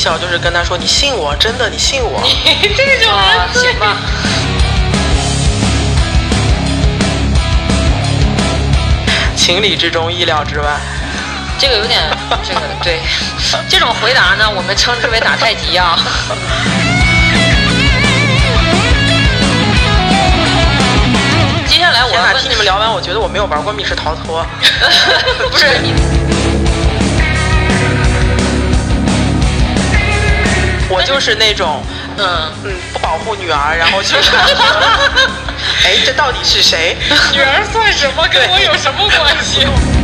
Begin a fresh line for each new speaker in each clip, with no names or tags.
笑，就是跟他说：“你信我，真的，你信我。”
这种人行吧。
情理之中，意料之外。
这个有点，这个对，这种回答呢，我们称之为打太极啊。接下来我要
听你们聊完，我觉得我没有玩过密室逃脱。
不是你。
我就是那种，不保护女儿，然后去哎，这到底是谁？
女儿算什么？跟我有什么关系？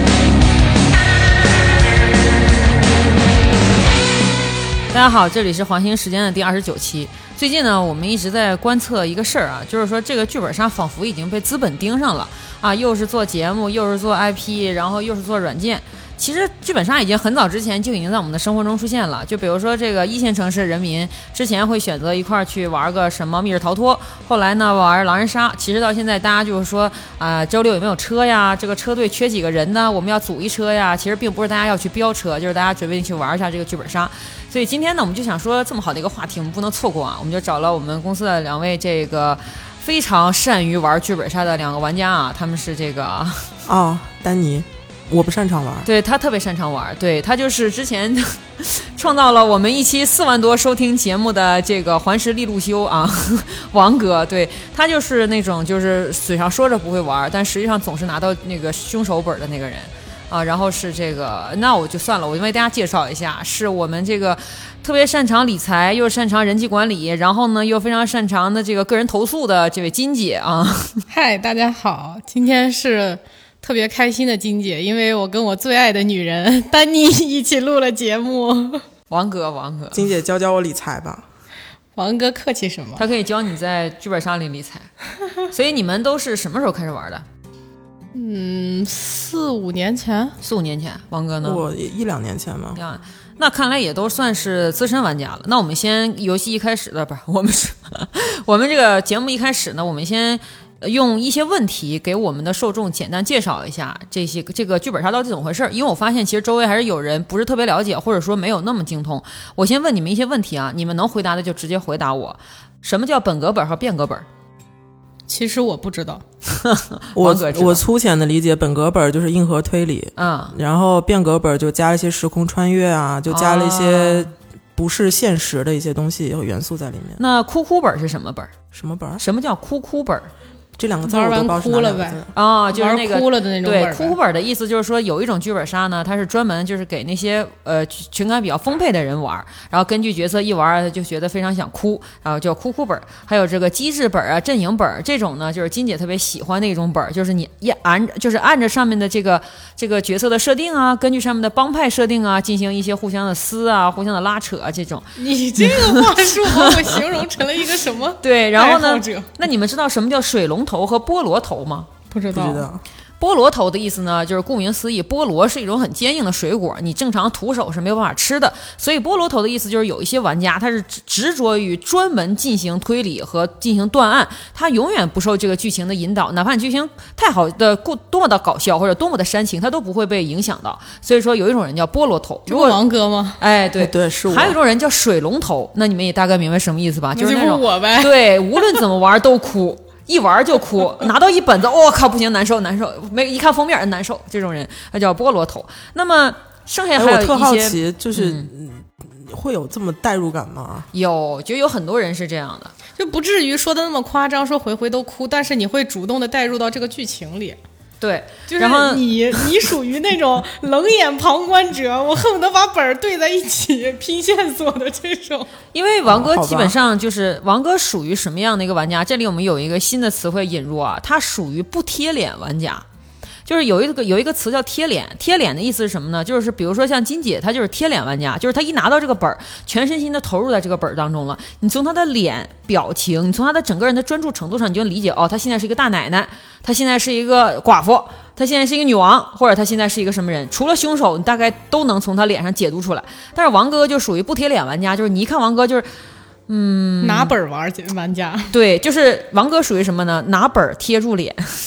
大家好，这里是黄兴时间的第29期。最近呢，我们一直在观测一个事儿啊，就是说这个剧本杀仿佛已经被资本盯上了啊，又是做节目，又是做 IP， 然后又是做软件。其实剧本杀已经很早之前就已经在我们的生活中出现了，就比如说这个一线城市人民之前会选择一块去玩个什么密室逃脱，后来呢玩狼人杀。其实到现在大家就是说周六有没有车呀，这个车队缺几个人呢，我们要组一车呀。其实并不是大家要去飙车，就是大家准备去玩一下这个剧本杀。所以今天呢，我们就想说这么好的一个话题我们不能错过啊，我们就找了我们公司的2位这个非常善于玩剧本杀的2个玩家啊，他们是这个
丹尼。我不擅长玩，
对，他特别擅长玩，对，他就是之前创造了我们一期4万多收听节目的这个环石利路修啊，王哥，对，他就是那种就是嘴上说着不会玩，但实际上总是拿到那个凶手本的那个人啊。然后是这个，那我就算了，我就为大家介绍一下，是我们这个特别擅长理财又擅长人际管理，然后呢又非常擅长的这个个人投诉的这位金姐啊。
嗨，大家好，今天是特别开心的金姐，因为我跟我最爱的女人丹妮一起录了节目。
王哥，
金姐教我理财吧。
王哥客气什么？
他可以教你在剧本杀里理财。所以你们都是什么时候开始玩的
？4、5年前。
4、5年前。王哥呢？
我1、2年前嘛。
那看来也都算是资深玩家了。那我们先游戏一开始的，不是我们这个节目一开始呢，我们先用一些问题给我们的受众简单介绍一下这个剧本杀到底怎么回事，因为我发现其实周围还是有人不是特别了解，或者说没有那么精通。我先问你们一些问题啊，你们能回答的就直接回答我。什么叫本格本和变格本？
其实我不知道。
我粗浅的理解，本格本就是硬核推理，然后变格本就加了一些时空穿越啊，就加了一些不是现实的一些东西和元素在里面。
那哭哭本是什么本？
什么本？
什么叫哭哭本？
这2个字我都不知道是哪2个字
就是那个
哭了的那种本。
对，哭哭本的意思就是说有一种剧本杀呢，它是专门就是给那些情感比较丰沛的人玩，然后根据角色一玩就觉得非常想哭，然后叫哭哭本。还有这个机制本啊、阵营本这种呢，就是金姐特别喜欢的一种本，就是你按着上面的这个角色的设定啊，根据上面的帮派设定啊，进行一些互相的撕啊、互相的拉扯啊这种。
你这个话术把我形容成了一个什么？
对，然后呢？那你们知道什么叫水龙头和菠萝头吗？
不知道。
菠萝头的意思呢，就是顾名思义，菠萝是一种很坚硬的水果，你正常徒手是没有办法吃的。所以菠萝头的意思就是有一些玩家他是执着于专门进行推理和进行断案，他永远不受这个剧情的引导，哪怕你剧情太好的多么的搞笑或者多么的煽情，他都不会被影响到。所以说有一种人叫菠萝头。
这不王哥吗？
哎，对，
是我。
还有一种人叫水龙头，那你们也大概明白什么意思吧？就是那种
我呗。
对，无论怎么玩都哭。一玩就哭，拿到一本子，靠，不行，难受，一看封面难受，这种人他叫菠萝头。那么剩下还有一些，
我特好奇，就是会有这么代入感吗？
就有很多人是这样的，
就不至于说的那么夸张，说回都哭，但是你会主动的带入到这个剧情里。
对，
就是你属于那种冷眼旁观者，我恨不得把本儿对在一起拼线索的这种。
因为王哥基本上就是王哥属于什么样的一个玩家？这里我们有一个新的词汇引入啊，他属于不贴脸玩家。就是有一个词叫贴脸，贴脸的意思是什么呢？就是比如说像金姐，她就是贴脸玩家，就是她一拿到这个本儿，全身心的投入在这个本儿当中了。你从她的脸表情，你从她的整个人的专注程度上，你就理解她现在是一个大奶奶，她现在是一个寡妇，她现在是一个女王，或者她现在是一个什么人。除了凶手，你大概都能从她脸上解读出来。但是王哥就属于不贴脸玩家，就是你一看王哥就是。
拿本玩家。
对，就是王哥属于什么呢？拿本贴住脸。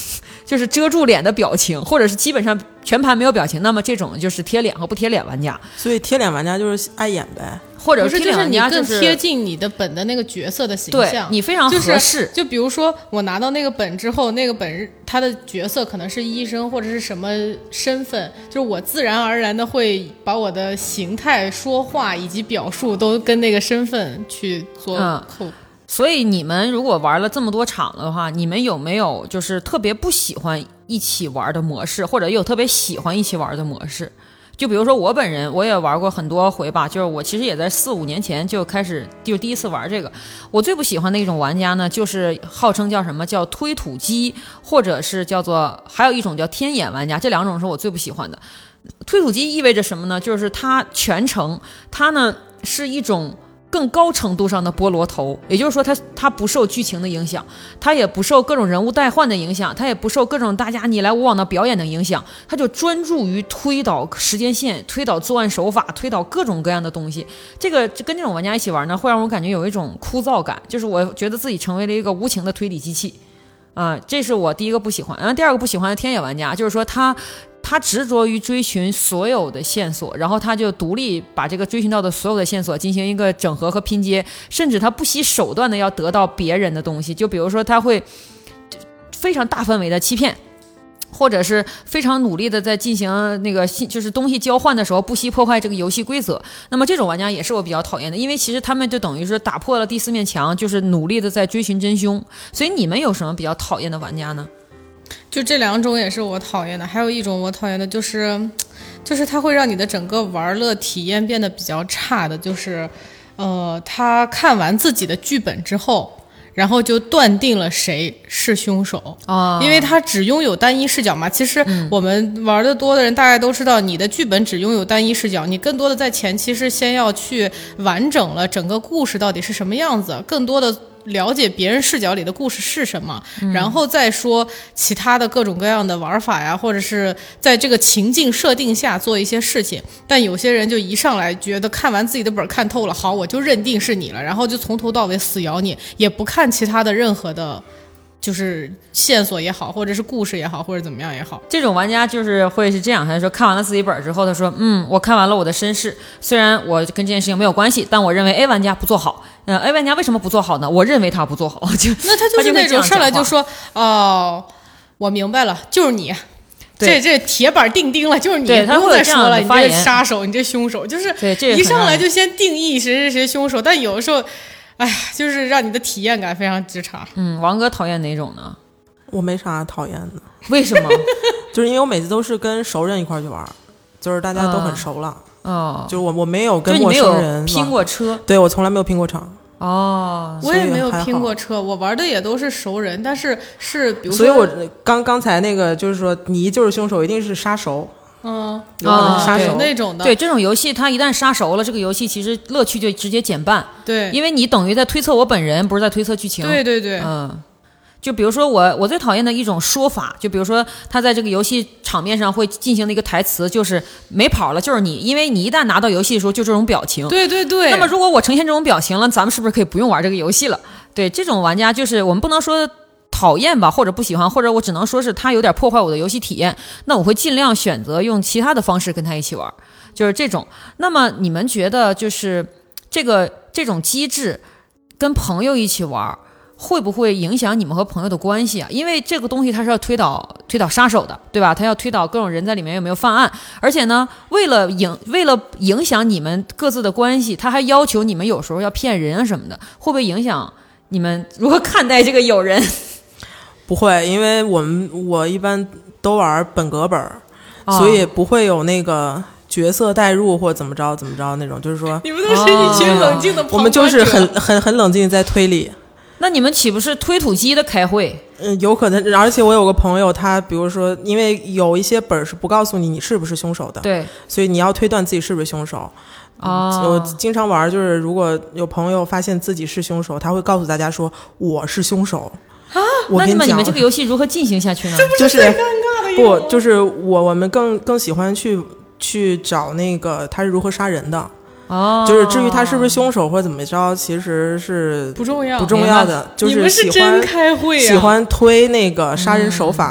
就是遮住脸的表情，或者是基本上全盘没有表情，那么这种就是贴脸和不贴脸玩家。
所以贴脸玩家就是爱演呗，
或者是贴脸玩家
就是你更贴近你的本的那个角色的形象，
对你非常合适。
就比如说我拿到那个本之后，那个本他的角色可能是医生或者是什么身份，就是我自然而然的会把我的形态、说话以及表述都跟那个身份去做扣。
所以你们如果玩了这么多场的话，你们有没有就是特别不喜欢一起玩的模式，或者有特别喜欢一起玩的模式？就比如说我本人，我也玩过很多回吧，就是我其实也在4-5年前就开始就第一次玩这个。我最不喜欢的一种玩家呢，就是号称叫什么叫推土机，或者是叫做还有一种叫天眼玩家，这两种是我最不喜欢的。推土机意味着什么呢？就是它全程它呢是一种更高程度上的菠萝头，也就是说它不受剧情的影响，它也不受各种人物代换的影响，它也不受各种大家你来我往的表演的影响，它就专注于推导时间线，推导作案手法，推导各种各样的东西。这个跟这种玩家一起玩呢，会让我感觉有一种枯燥感，就是我觉得自己成为了一个无情的推理机器这是我第一个不喜欢。然后第二个不喜欢的天野玩家，就是说他执着于追寻所有的线索，然后他就独立把这个追寻到的所有的线索进行一个整合和拼接，甚至他不惜手段的要得到别人的东西。就比如说他会非常大范围的欺骗，或者是非常努力的在进行那个就是东西交换的时候不惜破坏这个游戏规则。那么这种玩家也是我比较讨厌的，因为其实他们就等于是打破了第4面墙，就是努力的在追寻真凶。所以你们有什么比较讨厌的玩家呢？
就这两种也是我讨厌的，还有一种我讨厌的就是它会让你的整个玩乐体验变得比较差的，就是他看完自己的剧本之后，然后就断定了谁是凶手因为他只拥有单一视角嘛。其实我们玩的多的人大概都知道，你的剧本只拥有单一视角，你更多的在前期是先要去完整了整个故事到底是什么样子，更多的了解别人视角里的故事是什么，然后再说其他的各种各样的玩法呀，或者是在这个情境设定下做一些事情。但有些人就一上来觉得看完自己的本看透了，好，我就认定是你了，然后就从头到尾死咬你，也不看其他的任何的就是线索也好，或者是故事也好，或者怎么样也好。
这种玩家就是会是这样，他就说看完了自己本之后，他说我看完了我的身世，虽然我跟这件事情没有关系，但我认为 A 玩家不做好。A 玩家为什么不做好呢？我认为他不做好。
那他就是那种上来就说我明白了，就是你，这铁板定钉了，就是你，不用再说了，你这杀手，你这凶手，就是一上来就先定义谁凶手。但有的时候哎呀，就是让你的体验感非常之差。
王哥讨厌哪种呢？
我没啥讨厌的。
为什么？
就是因为我每次都是跟熟人一块去玩，就是大家都很熟了。就是我没有跟陌生人
拼过车。
对，我从来没有拼过场。
我也没有拼过车，我玩的也都是熟人，但是比如说，
所以我刚才那个就是说，你就是凶手，一定是杀熟。有可能是杀熟
那种的。
对，这种游戏它一旦杀熟了，这个游戏其实乐趣就直接减半。
对，
因为你等于在推测我本人，不是在推测剧情。
对对对，
就比如说我最讨厌的一种说法，就比如说他在这个游戏场面上会进行的一个台词，就是没跑了就是你，因为你一旦拿到游戏的时候就这种表情。
对对对。
那么如果我呈现这种表情了，咱们是不是可以不用玩这个游戏了？对，这种玩家就是我们不能说讨厌吧，或者不喜欢，或者我只能说是他有点破坏我的游戏体验，那我会尽量选择用其他的方式跟他一起玩，就是这种。那么你们觉得就是这种机制跟朋友一起玩会不会影响你们和朋友的关系啊？因为这个东西它是要推导杀手的，对吧？它要推导各种人在里面有没有犯案，而且呢，为了影响你们各自的关系，他还要求你们有时候要骗人啊什么的，会不会影响你们如何看待这个友人？
不会，因为我一般都玩本格本，所以不会有那个角色代入或怎么着那种，就是说
你们都是一群冷静的旁观者，
我们就是很冷静在推理。
那你们岂不是推土机的开会？
有可能。而且我有个朋友，他比如说，因为有一些本是不告诉你是不是凶手的，
对，
所以你要推断自己是不是凶手。我经常玩，就是如果有朋友发现自己是凶手，他会告诉大家说我是凶手
啊。那你们这个游戏如何进行下去呢？
这不是最尴尬的
不，就是我们更喜欢去找那个他是如何杀人的。就是至于他是不是凶手或者怎么着，其实是不重要的，就是
你们是真开会啊，
喜欢推那个杀人手法，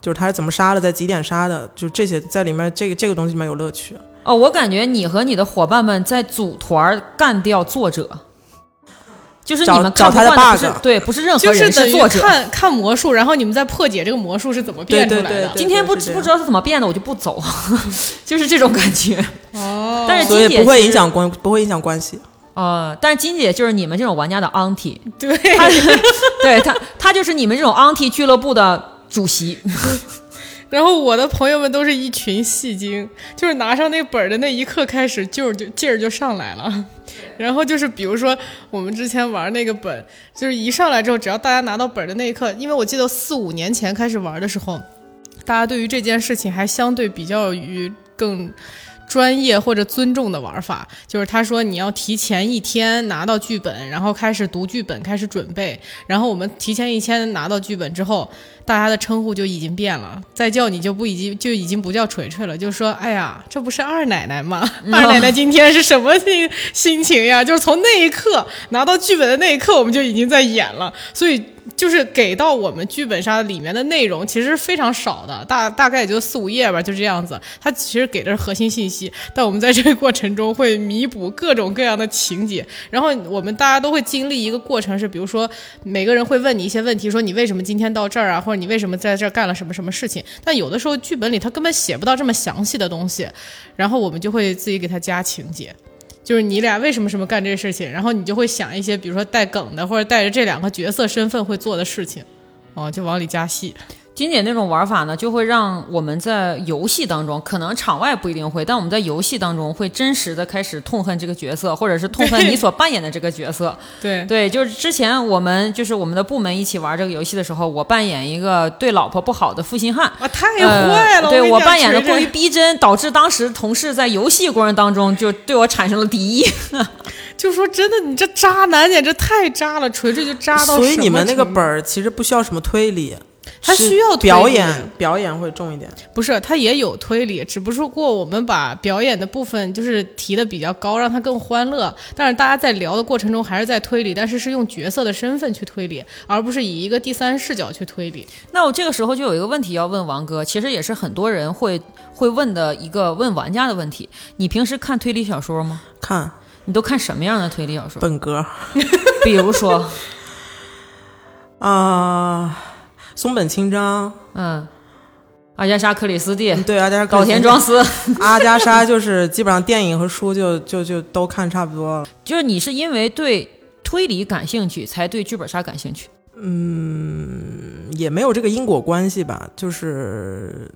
就是他是怎么杀的，在几点杀的，就这些在里面这个东西里面有乐趣。
我感觉你和你的伙伴们在组团干掉作者。就是你们
找他的 bug，
对，不是任何人是作者。
就是看魔术，然后你们在破解这个魔术是怎么变出来的。
对，
今天不知道是怎么变的，我就不走，就是这种感觉。但是
所以不会影响关系。
但是金姐就是你们这种玩家的 auntie，
对，
她就是你们这种 auntie 俱乐部的主席。
然后我的朋友们都是一群戏精，就是拿上那本的那一刻开始劲儿就上来了。然后就是比如说我们之前玩那个本，就是一上来之后，只要大家拿到本的那一刻，因为我记得4-5年前开始玩的时候，大家对于这件事情还相对比较于更专业或者尊重的玩法，就是他说你要提前1天拿到剧本，然后开始读剧本，开始准备。然后我们提前1天拿到剧本之后，大家的称呼就已经变了，再叫你就已经不叫锤锤了，就说哎呀，这不是二奶奶吗？二奶奶今天是什么心情呀？就是从那一刻拿到剧本的那一刻，我们就已经在演了，所以就是给到我们剧本杀里面的内容其实是非常少的，大概也就4-5页吧，就这样子。它其实给的是核心信息，但我们在这个过程中会弥补各种各样的情节。然后我们大家都会经历一个过程，是比如说每个人会问你一些问题，说你为什么今天到这儿啊，或者你为什么在这儿干了什么什么事情。但有的时候剧本里他根本写不到这么详细的东西，然后我们就会自己给他加情节。就是你俩为什么干这事情，然后你就会想一些比如说带梗的或者带着这2个角色身份会做的事情，就往里加戏。
金姐那种玩法呢，就会让我们在游戏当中，可能场外不一定会，但我们在游戏当中会真实的开始痛恨这个角色，或者是痛恨你所扮演的这个角色。对，就是之前我们的部门一起玩这个游戏的时候，我扮演一个对老婆不好的负心汉，
太坏了。
对，我扮演的过于逼真，导致当时同事在游戏过程当中就对我产生了敌意。
就说真的，你这渣男简直太渣了，锤锤就渣到什么程度。
所以你们那个本其实不需要什么推理。
它需要推理，
表演会重一点。
不是，它也有推理，只不过我们把表演的部分就是提的比较高，让它更欢乐。但是大家在聊的过程中还是在推理，但是用角色的身份去推理，而不是以一个第三视角去推理。
那我这个时候就有一个问题要问王哥，其实也是很多人会问的一个问玩家的问题：你平时看推理小说吗？
看。
你都看什么样的推理小说？
本格。
比如说
松本清张，
阿加莎·克里斯蒂，
对，阿加莎·
岛田庄司，
阿加莎就是基本上电影和书就都看差不多了。
就是你是因为对推理感兴趣才对剧本杀感兴趣？
也没有这个因果关系吧，就是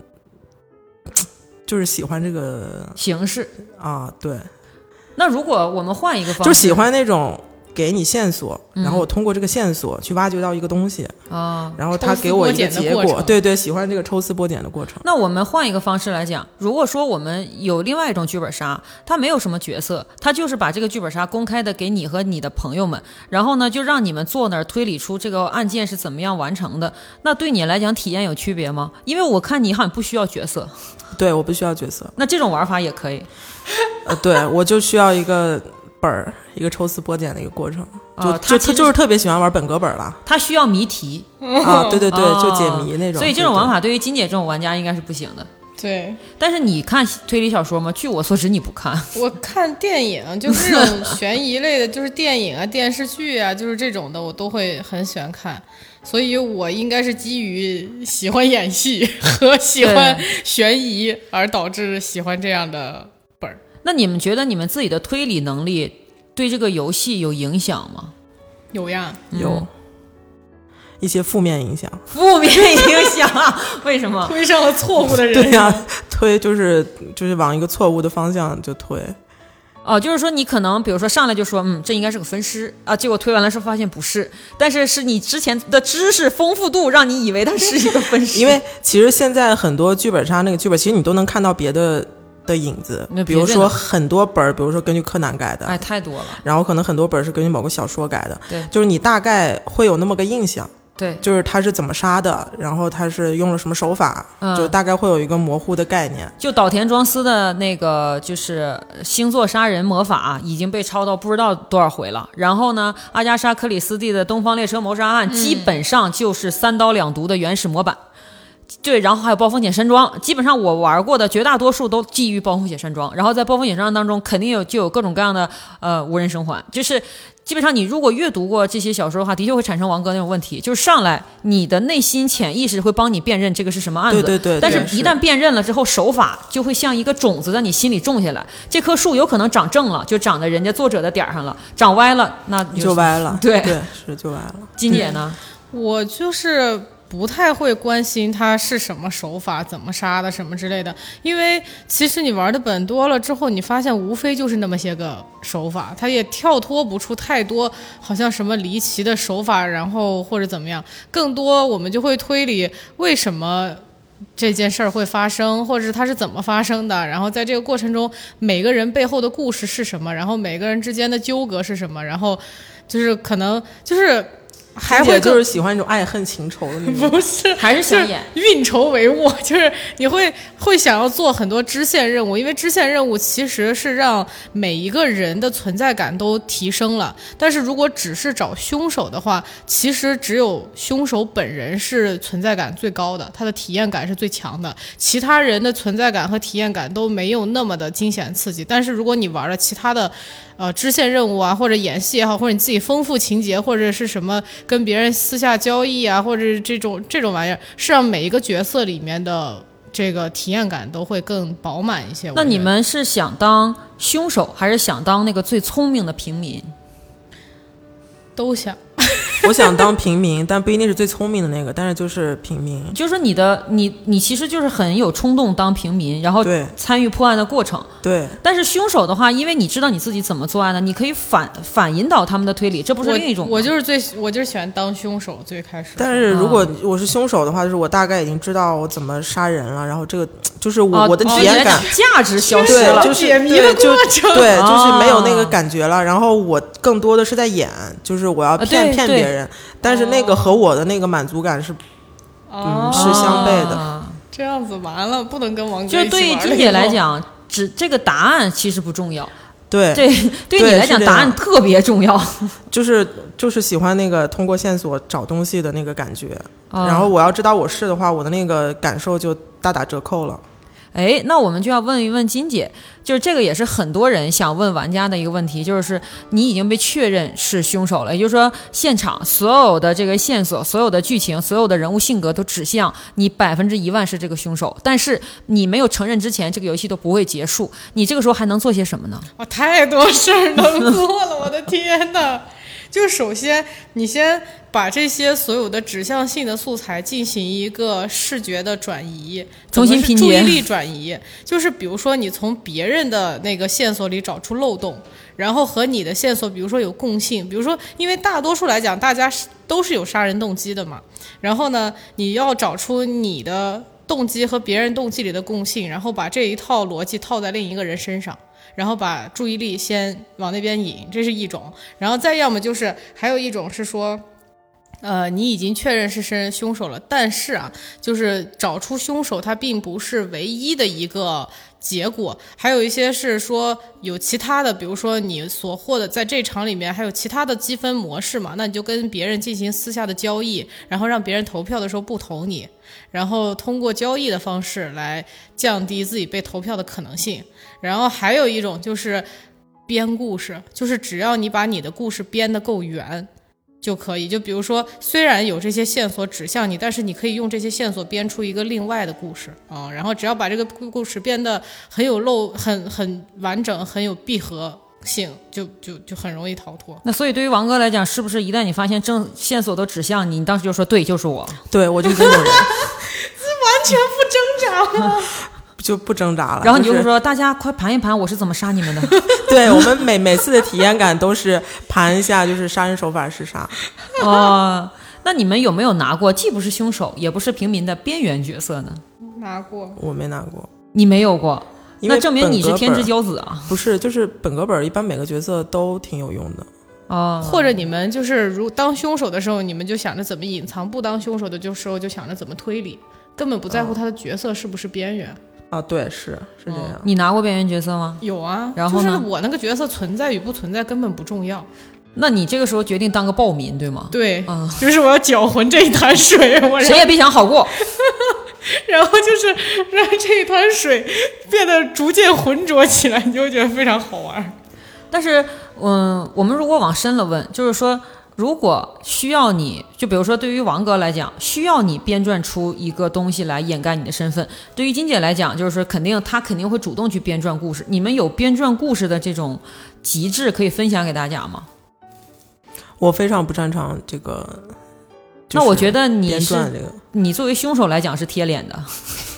喜欢这个
形式
啊，对。
那如果我们换一个方式，
就喜欢那种给你线索，然后我通过这个线索去挖掘到一个东西然后他给我一个结果，对，喜欢这个抽丝剥茧的过程。
那我们换一个方式来讲，如果说我们有另外一种剧本杀，它没有什么角色，它就是把这个剧本杀公开的给你和你的朋友们，然后呢就让你们坐那儿推理出这个案件是怎么样完成的，那对你来讲体验有区别吗？因为我看你好像不需要角色。
对，我不需要角色。
那这种玩法也可以
对，我就需要一个本儿，一个抽丝剥茧的一个过程。他就是特别喜欢玩本格本了。
他需要谜题
对，就解谜那种。
所以这种玩法对于金姐这种玩家应该是不行的。
对，
但是你看推理小说吗？据我所知你不看。
我看电影，就是这种悬疑类的，就是电影啊、电视剧啊，就是这种的我都会很喜欢看。所以我应该是基于喜欢演戏和喜欢悬疑而导致喜欢这样的本儿。
那你们觉得你们自己的推理能力对这个游戏有影响吗？
有呀，
有一些负面影响。
负面影响？为什么？
推上了错误的人。
对呀，推就是往一个错误的方向就推。
就是说你可能比如说上来就说这应该是个分尸啊，结果推完了时候发现不是，但是是你之前的知识丰富度让你以为它是一个分尸。
因为其实现在很多剧本杀那个剧本，其实你都能看到别的影子，比如说很多本，比如说根据柯南改的，
太多了。然
后可能很多本是根据某个小说改的，
对，
就是你大概会有那么个印象。
对，
就是他是怎么杀的，然后他是用了什么手法，就大概会有一个模糊的概念。
就岛田庄司的那个就是星座杀人魔法已经被抄到不知道多少回了，然后呢阿加莎·克里斯蒂的东方列车谋杀案基本上就是3刀2毒的原始模板， 对，然后还有暴风雪山庄，基本上我玩过的绝大多数都基于暴风雪山庄。然后在暴风雪山庄当中，肯定就有各种各样的无人生还，就是基本上你如果阅读过这些小说的话，的确会产生王哥那种问题，就是上来你的内心潜意识会帮你辨认这个是什么案子，
对，
但是一旦辨认了之后，手法就会像一个种子在你心里种下来，这棵树有可能长正了，就长在人家作者的点上了，长歪了那
就歪了，
对，
是就歪了。
金姐呢？
我就是不太会关心它是什么手法，怎么杀的什么之类的，因为其实你玩的本多了之后，你发现无非就是那么些个手法，它也跳脱不出太多好像什么离奇的手法，然后或者怎么样，更多我们就会推理为什么这件事儿会发生，或者是它是怎么发生的，然后在这个过程中每个人背后的故事是什么，然后每个人之间的纠葛是什么，然后就是可能就是还会
就是喜欢那种爱恨情仇的那种，
不是，
还是想演
运筹帷幄，就是你会想要做很多支线任务，因为支线任务其实是让每一个人的存在感都提升了。但是如果只是找凶手的话，其实只有凶手本人是存在感最高的，他的体验感是最强的，其他人的存在感和体验感都没有那么的惊险刺激。但是如果你玩了其他的支线任务啊，或者演戏也好，或者你自己丰富情节，或者是什么跟别人私下交易啊，或者是这种玩意儿，是让每一个角色里面的这个体验感都会更饱满一些。
那你们是想当凶手，还是想当那个最聪明的平民？
都想。
我想当平民，但不一定是最聪明的那个，但是就是平民。
就是说你其实就是很有冲动当平民，然后参与破案的过程。
对。
但是凶手的话，因为你知道你自己怎么作案的，你可以反引导他们的推理，这不是另一种。
我就是喜欢当凶手最开始。
但是如果我是凶手的话，就是我大概已经知道我怎么杀人了，然后这个就是我的体验感
价值消失了，
就是对，就是没有那个感觉了。然后我更多的是在演，就是我要骗别人。但是那个和我的那个满足感是，是相悖的。
这样子完了，不能跟王哥一起玩。
就对于金姐来讲，这个答案其实不重要。
对
你来讲，答案特别重要。
就是喜欢那个通过线索找东西的那个感觉。然后我要知道我是的话，我的那个感受就大打折扣了。
哎，那我们就要问一问金姐，就是这个也是很多人想问玩家的一个问题，就是你已经被确认是凶手了，也就是说现场所有的这个线索、所有的剧情、所有的人物性格都指向你100%是这个凶手，但是你没有承认之前，这个游戏都不会结束。你这个时候还能做些什么呢？
太多事儿能做了，我的天哪！就首先你先把这些所有的指向性的素材进行一个视觉的转移，
重新拼接，
注意力转移。就是比如说你从别人的那个线索里找出漏洞，然后和你的线索比如说有共性，比如说因为大多数来讲大家都是有杀人动机的嘛，然后呢你要找出你的动机和别人动机里的共性，然后把这一套逻辑套在另一个人身上，然后把注意力先往那边引，这是一种。然后再要么就是还有一种是说你已经确认是凶手了，但是啊，就是找出凶手它并不是唯一的一个结果，还有一些是说有其他的，比如说你所获的在这场里面还有其他的积分模式嘛，那你就跟别人进行私下的交易，然后让别人投票的时候不投你，然后通过交易的方式来降低自己被投票的可能性。然后还有一种就是编故事，就是只要你把你的故事编得够圆就可以，就比如说虽然有这些线索指向你，但是你可以用这些线索编出一个另外的故事然后只要把这个故事编得很有很完整，很有闭合性，就很容易逃脱。
那所以对于王哥来讲，是不是一旦你发现线索都指向你，你当时就说对，就是我，
对，我就是这种人，
完全不挣扎了。
就不挣扎了，
然后你就说、大家快盘一盘我是怎么杀你们的。
对，我们每次的体验感都是盘一下，就是杀人手法是啥。
那你们有没有拿过既不是凶手也不是平民的边缘角色呢？
拿过。
我没拿过。
你没有过？
那
证明你是天之骄子啊。
不是，就是本格本一般每个角色都挺有用的。
或者你们就是当凶手的时候，你们就想着怎么隐藏；不当凶手的时候就想着怎么推理，根本不在乎他的角色是不是边缘。
对，是这样。
你拿过边缘角色吗？
有啊。
然后呢？
就是我那个角色存在与不存在根本不重要。
那你这个时候决定当个暴民，对吗？
对，就是我要搅浑这一潭水，
谁也别想好过。
然后就是让这一滩水变得逐渐浑浊起来，你就会觉得非常好玩。
但是我们如果往深了问，就是说如果需要你，就比如说对于王哥来讲，需要你编撰出一个东西来掩盖你的身份，对于金姐来讲，就是说他肯定会主动去编撰故事。你们有编撰故事的这种极致可以分享给大家吗？
我非常不擅长这个。
那我觉得你作为凶手来讲是贴脸的。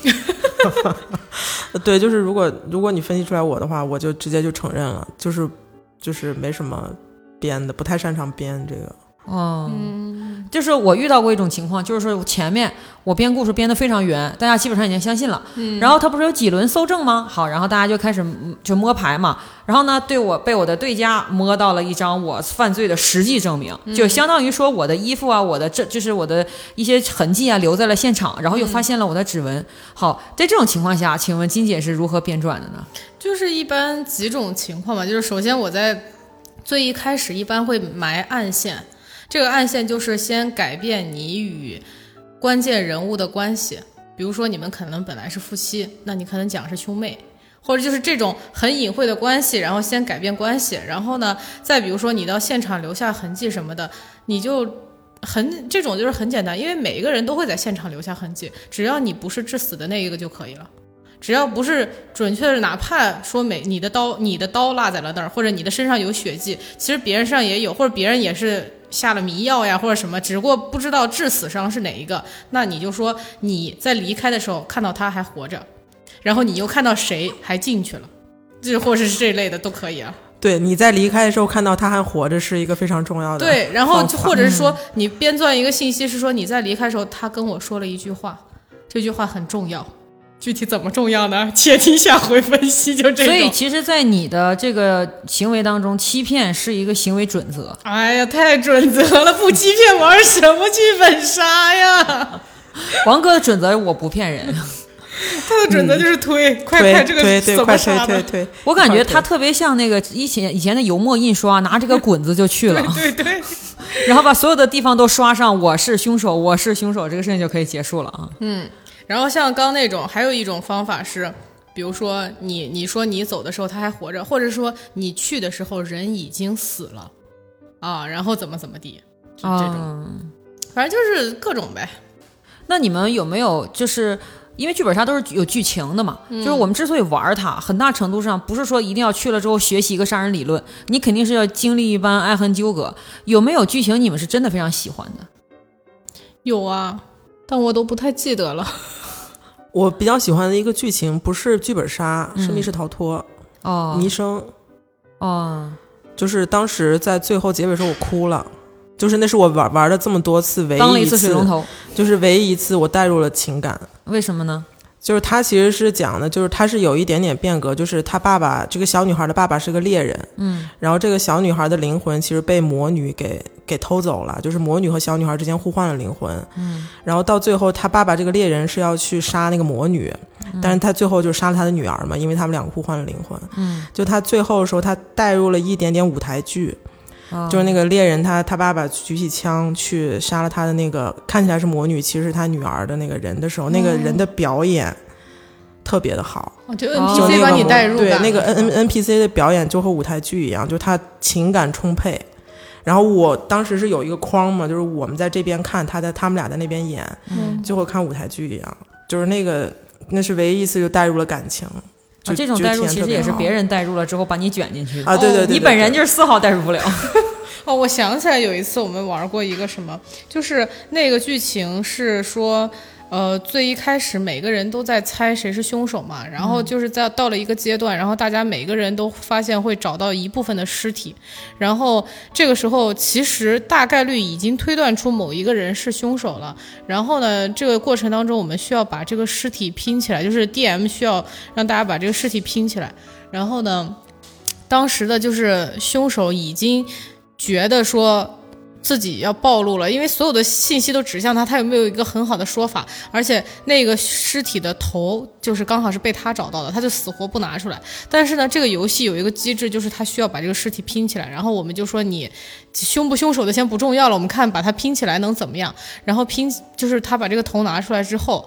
对，就是如果你分析出来我的话，我就直接就承认了，就是没什么编的，不太擅长编这个。
就是我遇到过一种情况，就是说前面我编故事编得非常圆，大家基本上已经相信了，然后他不是有几轮搜证吗？好，然后大家就开始就摸牌嘛，然后呢，被我的对家摸到了一张我犯罪的实际证明，就相当于说我的衣服啊，就是我的一些痕迹啊留在了现场，然后又发现了我的指纹。好，在这种情况下，请问金姐是如何编撰的呢？
就是一般几种情况嘛，就是首先我在最一开始一般会埋暗线。这个暗线就是先改变你与关键人物的关系，比如说你们可能本来是夫妻，那你可能讲是兄妹，或者就是这种很隐晦的关系，然后先改变关系，然后呢，再比如说你到现场留下痕迹什么的，你就这种就是很简单，因为每一个人都会在现场留下痕迹，只要你不是致死的那一个就可以了。只要不是准确的，哪怕说你的刀落在了那儿，或者你的身上有血迹，其实别人身上也有，或者别人也是下了迷药呀，或者什么，只不过不知道致死伤是哪一个，那你就说你在离开的时候看到他还活着，然后你又看到谁还进去了，这或者是这类的都可以啊。
对，你在离开的时候看到他还活着是一个非常重要的。
对，然后或者是说你编撰一个信息是说你在离开的时候他跟我说了一句话，这句话很重要。具体怎么重要呢？且听下回分析。就这种。
所以其实在你的这个行为当中，欺骗是一个行为准则。
哎呀，太准则了，不欺骗玩什么剧本杀呀？
王哥的准则我不骗人。
他的准则就是推，快这个怎么杀的？
推。
我感觉他特别像那个以前的油墨印刷，拿这个滚子就去了。
对。
然后把所有的地方都刷上我是凶手，这个事情就可以结束了啊。
然后像刚那种，还有一种方法是，比如说你说你走的时候他还活着，或者说你去的时候人已经死了啊，然后怎么地，就这种，反正就是各种呗。
那你们有没有就是因为剧本杀都是有剧情的嘛，就是我们之所以玩它，很大程度上不是说一定要去了之后学习一个杀人理论，你肯定是要经历一番爱恨纠葛。有没有剧情你们是真的非常喜欢的？
有啊，但我都不太记得了。
我比较喜欢的一个剧情不是剧本杀，是密室逃脱。弥生。就是当时在最后结尾时候我哭了，就是那是我玩了这么多次唯一
当了一次水龙头，
就是唯一一次我带入了情感。
为什么呢？
就是他其实是讲的，就是他是有一点点变革，就是他爸爸这个小女孩的爸爸是个猎人，然后这个小女孩的灵魂其实被魔女给偷走了，就是魔女和小女孩之间互换了灵魂，然后到最后他爸爸这个猎人是要去杀那个魔女，但是他最后就杀了他的女儿嘛，因为他们两个互换了灵魂，就他最后的时候他带入了一点点舞台剧。就是那个猎人他爸爸举起枪去杀了他的那个看起来是魔女其实是他女儿的那个人的时候，那个人的表演特别的好。
就 NPC 把你带入
对，那个 NPC 的表演就和舞台剧一样，就他情感充沛。然后我当时是有一个框嘛，就是我们在这边看他们俩在那边演，就和看舞台剧一样，就是那是唯一一次就带入了感情。
这种代入其实也是别人代入了之后把你卷进去的
啊，对，
你本人就是丝毫代入不了。
我想起来有一次我们玩过一个什么，就是那个剧情是说最一开始每个人都在猜谁是凶手嘛，然后就是到了一个阶段，然后大家每个人都发现会找到一部分的尸体，然后这个时候其实大概率已经推断出某一个人是凶手了，然后呢这个过程当中我们需要把这个尸体拼起来，就是 DM 需要让大家把这个尸体拼起来，然后呢当时的就是凶手已经觉得说自己要暴露了，因为所有的信息都指向他有没有一个很好的说法，而且那个尸体的头就是刚好是被他找到的，他就死活不拿出来。但是呢这个游戏有一个机制，就是他需要把这个尸体拼起来，然后我们就说你凶不凶手的先不重要了，我们看把它拼起来能怎么样，然后就是他把这个头拿出来之后，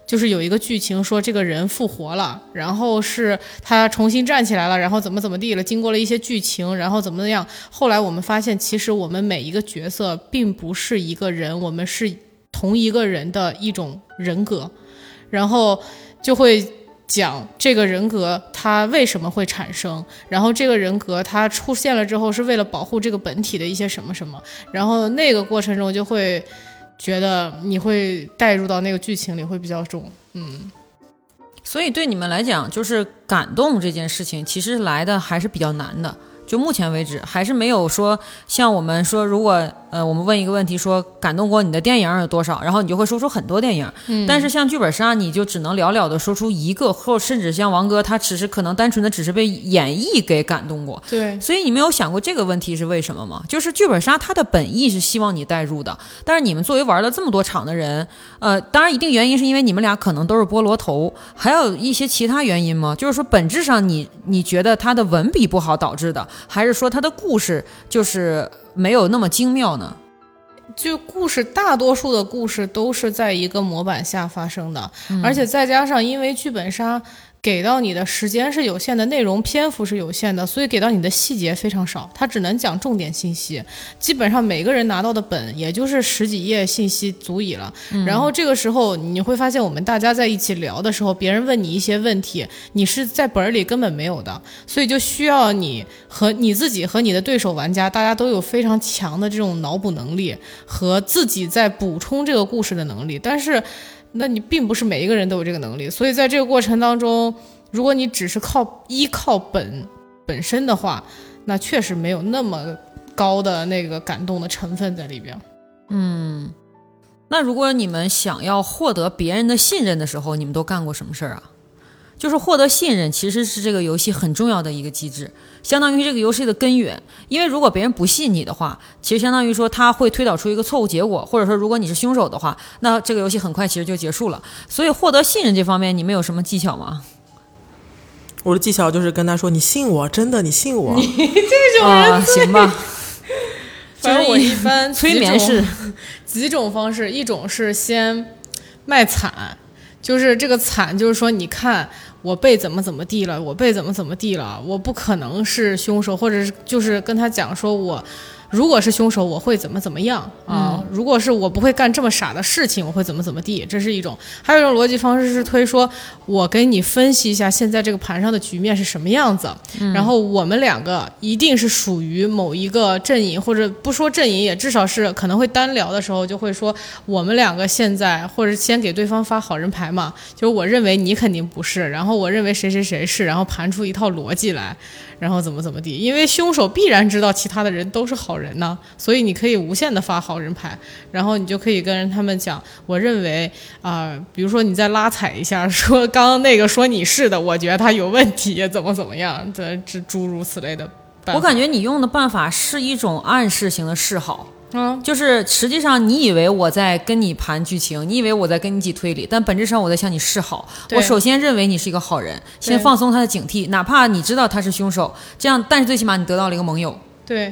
就是有一个剧情说这个人复活了，然后是他重新站起来了，然后怎么地了，经过了一些剧情，然后怎么样，后来我们发现其实我们每一个角色并不是一个人，我们是同一个人的一种人格，然后就会讲这个人格它为什么会产生，然后这个人格它出现了之后是为了保护这个本体的一些什么什么，然后那个过程中就会觉得你会带入到那个剧情里会比较重。
所以对你们来讲，就是感动这件事情其实来的还是比较难的，就目前为止还是没有说像我们说，如果我们问一个问题说感动过你的电影有多少，然后你就会说出很多电影，但是像剧本杀你就只能寥寥的说出一个，或甚至像王哥他只是可能单纯的只是被演绎给感动过。
对，
所以你没有想过这个问题是为什么吗？就是剧本杀它的本意是希望你带入的，但是你们作为玩了这么多场的人，当然一定原因是因为你们俩可能都是菠萝头，还有一些其他原因吗？就是说本质上你觉得他的文笔不好导致的，还是说他的故事就是没有那么精妙呢？
就故事，大多数的故事都是在一个模板下发生的，而且再加上因为剧本杀给到你的时间是有限的，内容篇幅是有限的，所以给到你的细节非常少，它只能讲重点信息，基本上每个人拿到的本也就是10几页信息足以了。然后这个时候你会发现我们大家在一起聊的时候，别人问你一些问题，你是在本里根本没有的，所以就需要你和你自己和你的对手玩家大家都有非常强的这种脑补能力和自己在补充这个故事的能力，但是那你并不是每一个人都有这个能力，所以在这个过程当中，如果你只是依靠本身的话，那确实没有那么高的那个感动的成分在里边。
那如果你们想要获得别人的信任的时候，你们都干过什么事儿啊？就是获得信任其实是这个游戏很重要的一个机制，相当于这个游戏的根源。因为如果别人不信你的话，其实相当于说他会推导出一个错误结果，或者说如果你是凶手的话，那这个游戏很快其实就结束了。所以获得信任这方面你们有什么技巧吗？
我的技巧就是跟他说你信我，真的你信我。
你这种人
行吧。
反正我一般
催眠式
几种方式，一种是先卖惨，就是这个惨就是说你看我被怎么地了，我被怎么地了，我不可能是凶手，或者是就是跟他讲说我如果是凶手我会怎么样啊、如果是我不会干这么傻的事情我会怎么地，这是一种。还有一种逻辑方式是推说我给你分析一下现在这个盘上的局面是什么样子、然后我们两个一定是属于某一个阵营，或者不说阵营也至少是可能会单聊的时候就会说我们两个现在，或者先给对方发好人牌嘛，就是我认为你肯定不是，然后我认为谁是，然后盘出一套逻辑来，然后怎么地，因为凶手必然知道其他的人都是好人呢，所以你可以无限的发好人牌，然后你就可以跟他们讲我认为比如说你再拉踩一下说刚刚那个说你是的，我觉得他有问题怎么样，这诸如此类的办法。
我感觉你用的办法是一种暗示型的示好，就是实际上你以为我在跟你盘剧情，你以为我在跟你一起推理，但本质上我在向你示好。我首先认为你是一个好人，先放松他的警惕，哪怕你知道他是凶手，这样但是最起码你得到了一个盟友。
对，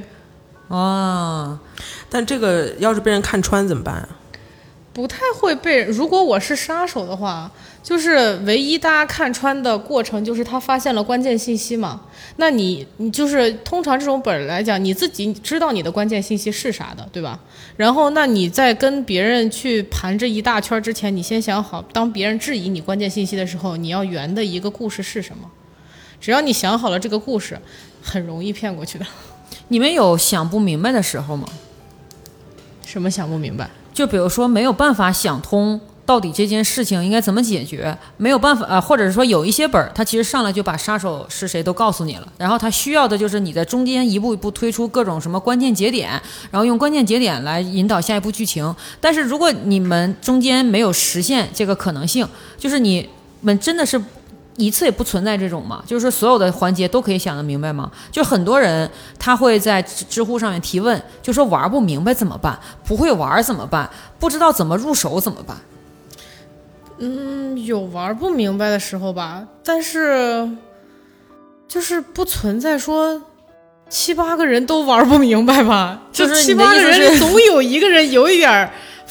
但这个要是被人看穿怎么办啊？
不太会被人，如果我是杀手的话，就是唯一大家看穿的过程就是他发现了关键信息嘛。那你就是通常这种本来讲，你自己知道你的关键信息是啥的，对吧？然后那你在跟别人去盘这一大圈之前，你先想好，当别人质疑你关键信息的时候，你要圆的一个故事是什么。只要你想好了这个故事，很容易骗过去的。
你们有想不明白的时候吗？
什么想不明白？
就比如说没有办法想通到底这件事情应该怎么解决，没有办法或者是说有一些本它其实上来就把杀手是谁都告诉你了，然后它需要的就是你在中间一步一步推出各种什么关键节点，然后用关键节点来引导下一步剧情。但是如果你们中间没有实现这个可能性，就是你们真的是一次也不存在这种嘛，就是所有的环节都可以想得明白吗？就很多人他会在知乎上面提问，就说玩不明白怎么办，不会玩怎么办，不知道怎么入手怎么办。
有玩不明白的时候吧，但是就是不存在说7、8个人都玩不明白吧，
就是
7、8个人里总有一个人有一点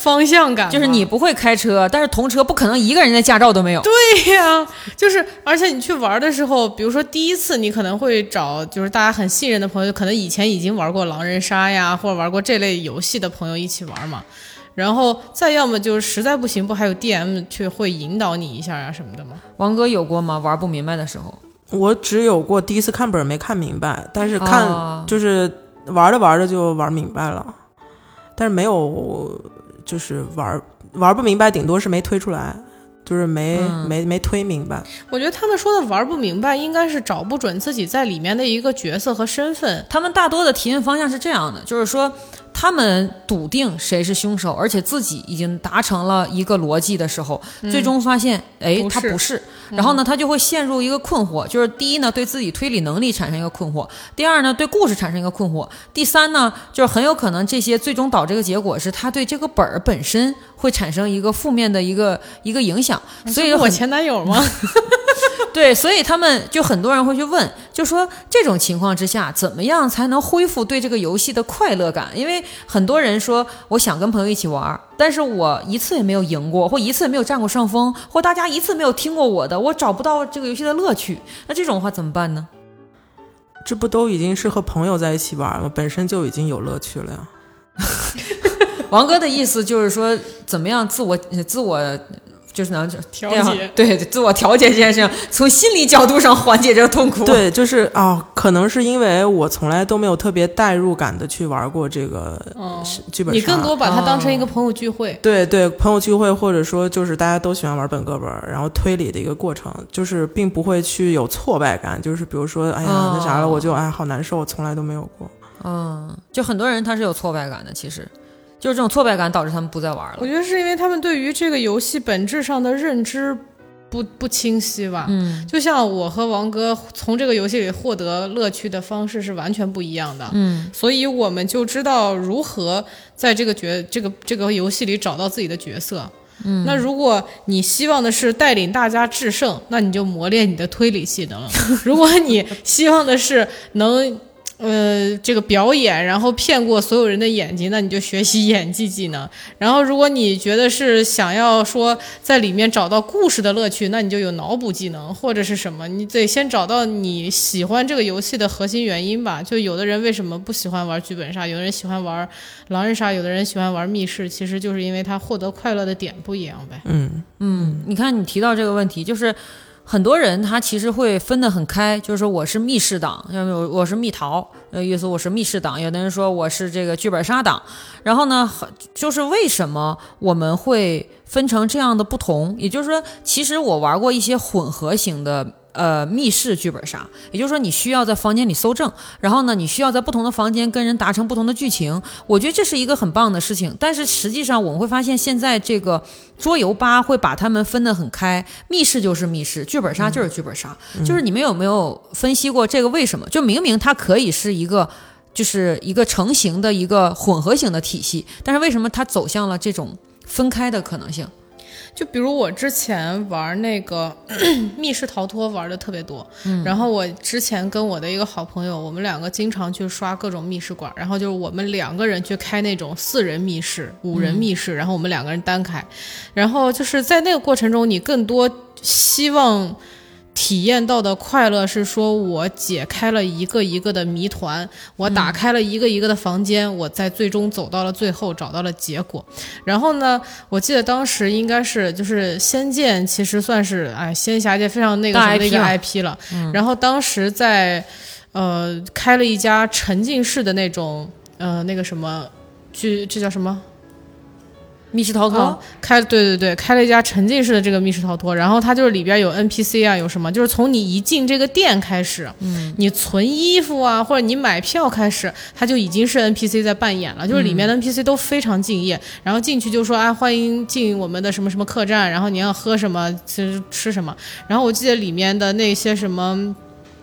方向感，
就是你不会开车，但是同车不可能一个人的驾照都没有。
对呀，就是而且你去玩的时候，比如说第一次你可能会找就是大家很信任的朋友，可能以前已经玩过狼人杀呀，或者玩过这类游戏的朋友一起玩嘛。然后再要么就是实在不行，不还有 DM 去会引导你一下呀什么的吗？
王哥有过吗？玩不明白的时候？
我只有过第一次看本没看明白，但是就是玩着玩着就玩明白了，但是没有就是玩不明白，顶多是没推出来，就是没推明白。
我觉得他们说的玩不明白，应该是找不准自己在里面的一个角色和身份。
他们大多的提问方向是这样的，就是说他们笃定谁是凶手，而且自己已经达成了一个逻辑的时候，最终发现他不是，然后呢他就会陷入一个困惑，就是第一呢对自己推理能力产生一个困惑，第二呢对故事产生一个困惑，第三呢就是很有可能这些最终导这个结果是他对这个本本身会产生一个负面的一个影响。所以
我前男友吗？
对，所以他们就很多人会去问，就说这种情况之下怎么样才能恢复对这个游戏的快乐感？因为很多人说我想跟朋友一起玩，但是我一次也没有赢过，或一次也没有占过上风，或大家一次没有听过我的，我找不到这个游戏的乐趣，那这种话怎么办呢？
这不都已经是和朋友在一起玩吗？本身就已经有乐趣了呀。
王哥的意思就是说怎么样自我就是能
调节，
对自我调节这件事情，从心理角度上缓解这个痛苦。
对，就是可能是因为我从来都没有特别代入感的去玩过这个剧本杀，
你更多把它当成一个朋友聚会。
对对，朋友聚会，或者说就是大家都喜欢玩本个本，然后推理的一个过程，就是并不会去有挫败感，就是比如说哎呀那啥了，我就好难受，我从来都没有过。
就很多人他是有挫败感的，其实就是这种挫败感导致他们不再玩了。
我觉得是因为他们对于这个游戏本质上的认知不清晰吧。就像我和王哥从这个游戏里获得乐趣的方式是完全不一样的。所以我们就知道如何在这个游戏里找到自己的角色。那如果你希望的是带领大家制胜，那你就磨练你的推理技能。如果你希望的是能这个表演，然后骗过所有人的眼睛，那你就学习演技技能。然后如果你觉得是想要说在里面找到故事的乐趣，那你就有脑补技能或者是什么，你得先找到你喜欢这个游戏的核心原因吧。就有的人为什么不喜欢玩剧本杀，有的人喜欢玩狼人杀，有的人喜欢玩密室，其实就是因为他获得快乐的点不一样呗。
你看你提到这个问题，就是很多人他其实会分得很开，就是说我是密室党，我是密逃，意思我是密室党，有的人说我是这个剧本杀党。然后呢，就是为什么我们会分成这样的不同，也就是说其实我玩过一些混合型的密室剧本杀，也就是说你需要在房间里搜证，然后呢你需要在不同的房间跟人达成不同的剧情，我觉得这是一个很棒的事情。但是实际上我们会发现现在这个桌游吧会把它们分得很开，密室就是密室，剧本杀就是剧本杀。就是你们有没有分析过这个为什么？就明明它可以是一个就是一个成型的一个混合型的体系，但是为什么它走向了这种分开的可能性？
就比如我之前玩那个密室逃脱玩的特别多，然后我之前跟我的一个好朋友，我们两个经常去刷各种密室馆，然后就是我们两个人去开那种4人密室、5人密室，然后我们两个人单开，然后就是在那个过程中，你更多希望体验到的快乐是说我解开了一个一个的谜团，我打开了一个一个的房间，我在最终走到了最后，找到了结果。然后呢，我记得当时应该是就是仙剑其实算是仙侠界非常那个什么的一个 IP 了。然后当时在开了一家沉浸式的那种那个什么这叫什么
密室逃脱，
对，开了一家沉浸式的这个密室逃脱，然后它就是里边有 NPC 啊，有什么，就是从你一进这个店开始，你存衣服啊，或者你买票开始，它就已经是 NPC 在扮演了，就是里面的 NPC 都非常敬业，然后进去就说欢迎进我们的什么什么客栈，然后你要喝什么吃什么，然后我记得里面的那些什么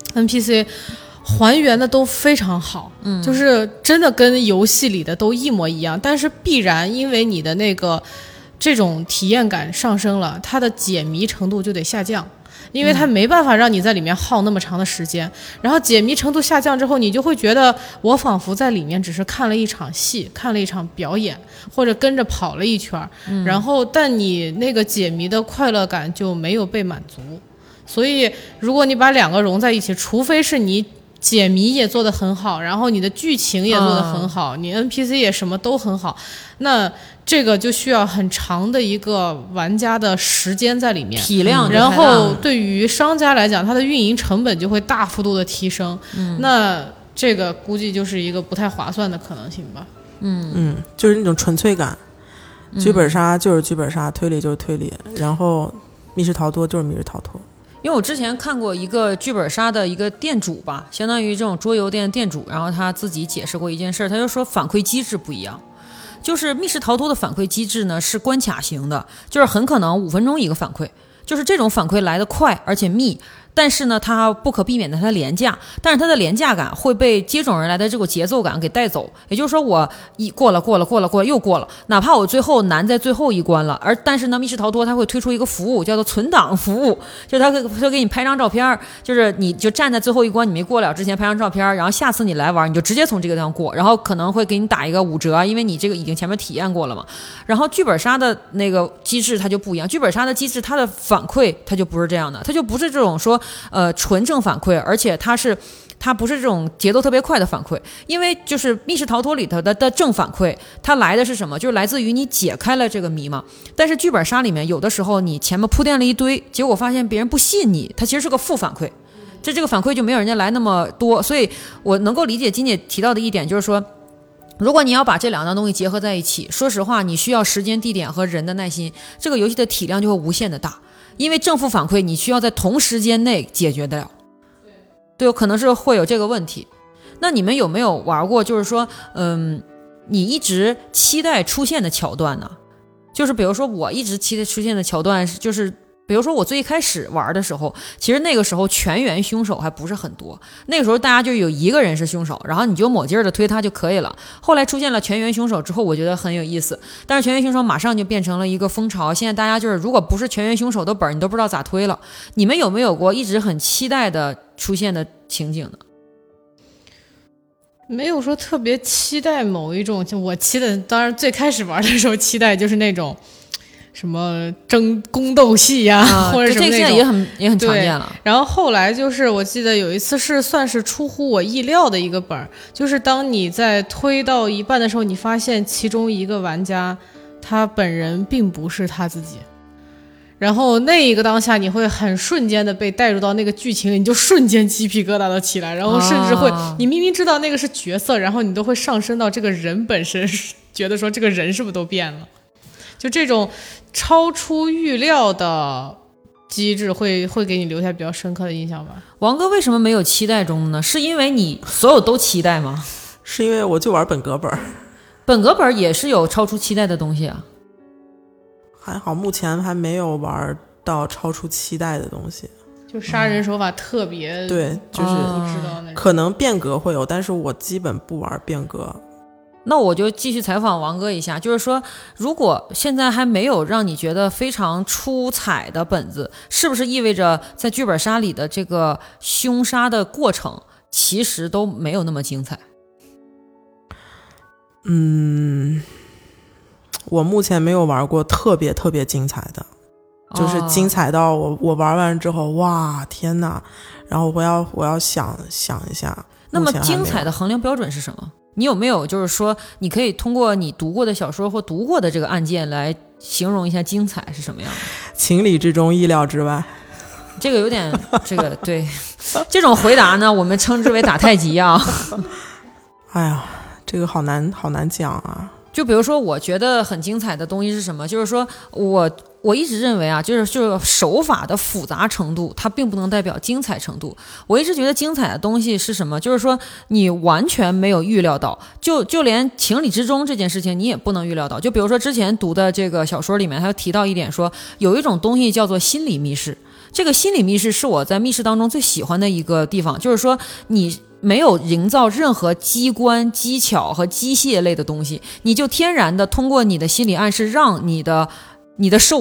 NPC还原的都非常好，就是真的跟游戏里的都一模一样，但是必然因为你的那个这种体验感上升了，它的解谜程度就得下降。 因为它没办法让你在里面耗那么长的时间。然后解谜程度下降之后，你就会觉得我仿佛在里面只是看了一场戏，看了一场表演，或者跟着跑了一圈，然后但你那个解谜的快乐感就没有被满足。所以如果你把两个融在一起，除非是你解谜也做得很好，然后你的剧情也做得很好，你 NPC 也什么都很好，那这个就需要很长的一个玩家的时间在里面，
体量，
然后对于商家来讲，它的运营成本就会大幅度的提升，那这个估计就是一个不太划算的可能性吧。
就是那种纯粹感，剧本杀就是剧本杀，推理就是推理，然后密室逃脱就是密室逃脱。
因为我之前看过一个剧本杀的一个店主吧，相当于这种桌游店店主，然后他自己解释过一件事，他就说反馈机制不一样。就是密室逃脱的反馈机制呢是关卡型的，就是很可能5分钟一个反馈，就是这种反馈来得快而且密，但是呢它不可避免的它廉价，但是它的廉价感会被接踵而来的这个节奏感给带走。也就是说我过了又过了，哪怕我最后难在最后一关了，但是呢密室逃脱它会推出一个服务叫做存档服务，就是它会给你拍张照片，就是你就站在最后一关你没过了之前拍张照片，然后下次你来玩你就直接从这个地方过，然后可能会给你打一个5折，因为你这个已经前面体验过了嘛。然后剧本杀的那个机制它就不一样，剧本杀的机制它的反馈它就不是这样的，它就不是这种说纯正反馈，而且它不是这种节奏特别快的反馈。因为就是密室逃脱里头的正反馈它来的是什么，就是来自于你解开了这个谜嘛。但是剧本杀里面有的时候你前面铺垫了一堆，结果发现别人不信你，它其实是个负反馈，这个反馈就没有人家来那么多。所以我能够理解金姐提到的一点，就是说如果你要把这两样东西结合在一起，说实话你需要时间地点和人的耐心，这个游戏的体量就会无限的大，因为正负反馈你需要在同时间内解决掉，对，可能是会有这个问题。那你们有没有玩过就是说你一直期待出现的桥段呢？就是比如说我一直期待出现的桥段就是比如说我最一开始玩的时候，其实那个时候全员凶手还不是很多，那个时候大家就有一个人是凶手，然后你就抹劲儿的推他就可以了。后来出现了全员凶手之后，我觉得很有意思，但是全员凶手马上就变成了一个风潮，现在大家就是如果不是全员凶手的本你都不知道咋推了。你们有没有过一直很期待的出现的情景呢？
没有说特别期待某一种，就我期待，当然最开始玩的时候期待就是那种什么宫斗戏呀，或者什么那种，这现在
也很常见了。
然后后来就是我记得有一次是算是出乎我意料的一个本，就是当你在推到一半的时候，你发现其中一个玩家他本人并不是他自己，然后那一个当下你会很瞬间的被带入到那个剧情里，你就瞬间鸡皮疙瘩都起来，然后甚至会你明明知道那个是角色，然后你都会上升到这个人本身，觉得说这个人是不是都变了。就这种超出预料的机制会给你留下比较深刻的印象吧。
王哥为什么没有期待中呢？是因为你所有都期待吗？
是因为我就玩本格本，
本格本也是有超出期待的东西啊。
还好目前还没有玩到超出期待的东西，
就杀人手法特别
对，就是可能变革会有，但是我基本不玩变革。
那我就继续采访王哥一下，就是说如果现在还没有让你觉得非常出彩的本子，是不是意味着在剧本杀里的这个凶杀的过程其实都没有那么精彩？
我目前没有玩过特别特别精彩的，就是精彩到我玩完之后哇天哪，然后我要想一下。
那么精彩的衡量标准是什么？你有没有就是说你可以通过你读过的小说或读过的这个案件来形容一下精彩是什么样的？
情理之中意料之外。
这个有点这个对这种回答呢我们称之为打太极啊。
哎呀这个好难讲啊。
就比如说我觉得很精彩的东西是什么，就是说我一直认为啊，就是手法的复杂程度它并不能代表精彩程度。我一直觉得精彩的东西是什么，就是说你完全没有预料到，就连情理之中这件事情你也不能预料到。就比如说之前读的这个小说里面还提到一点，说有一种东西叫做心理密室，这个心理密室是我在密室当中最喜欢的一个地方，就是说你没有营造任何机关技巧和机械类的东西，你就天然的通过你的心理暗示让你的受众，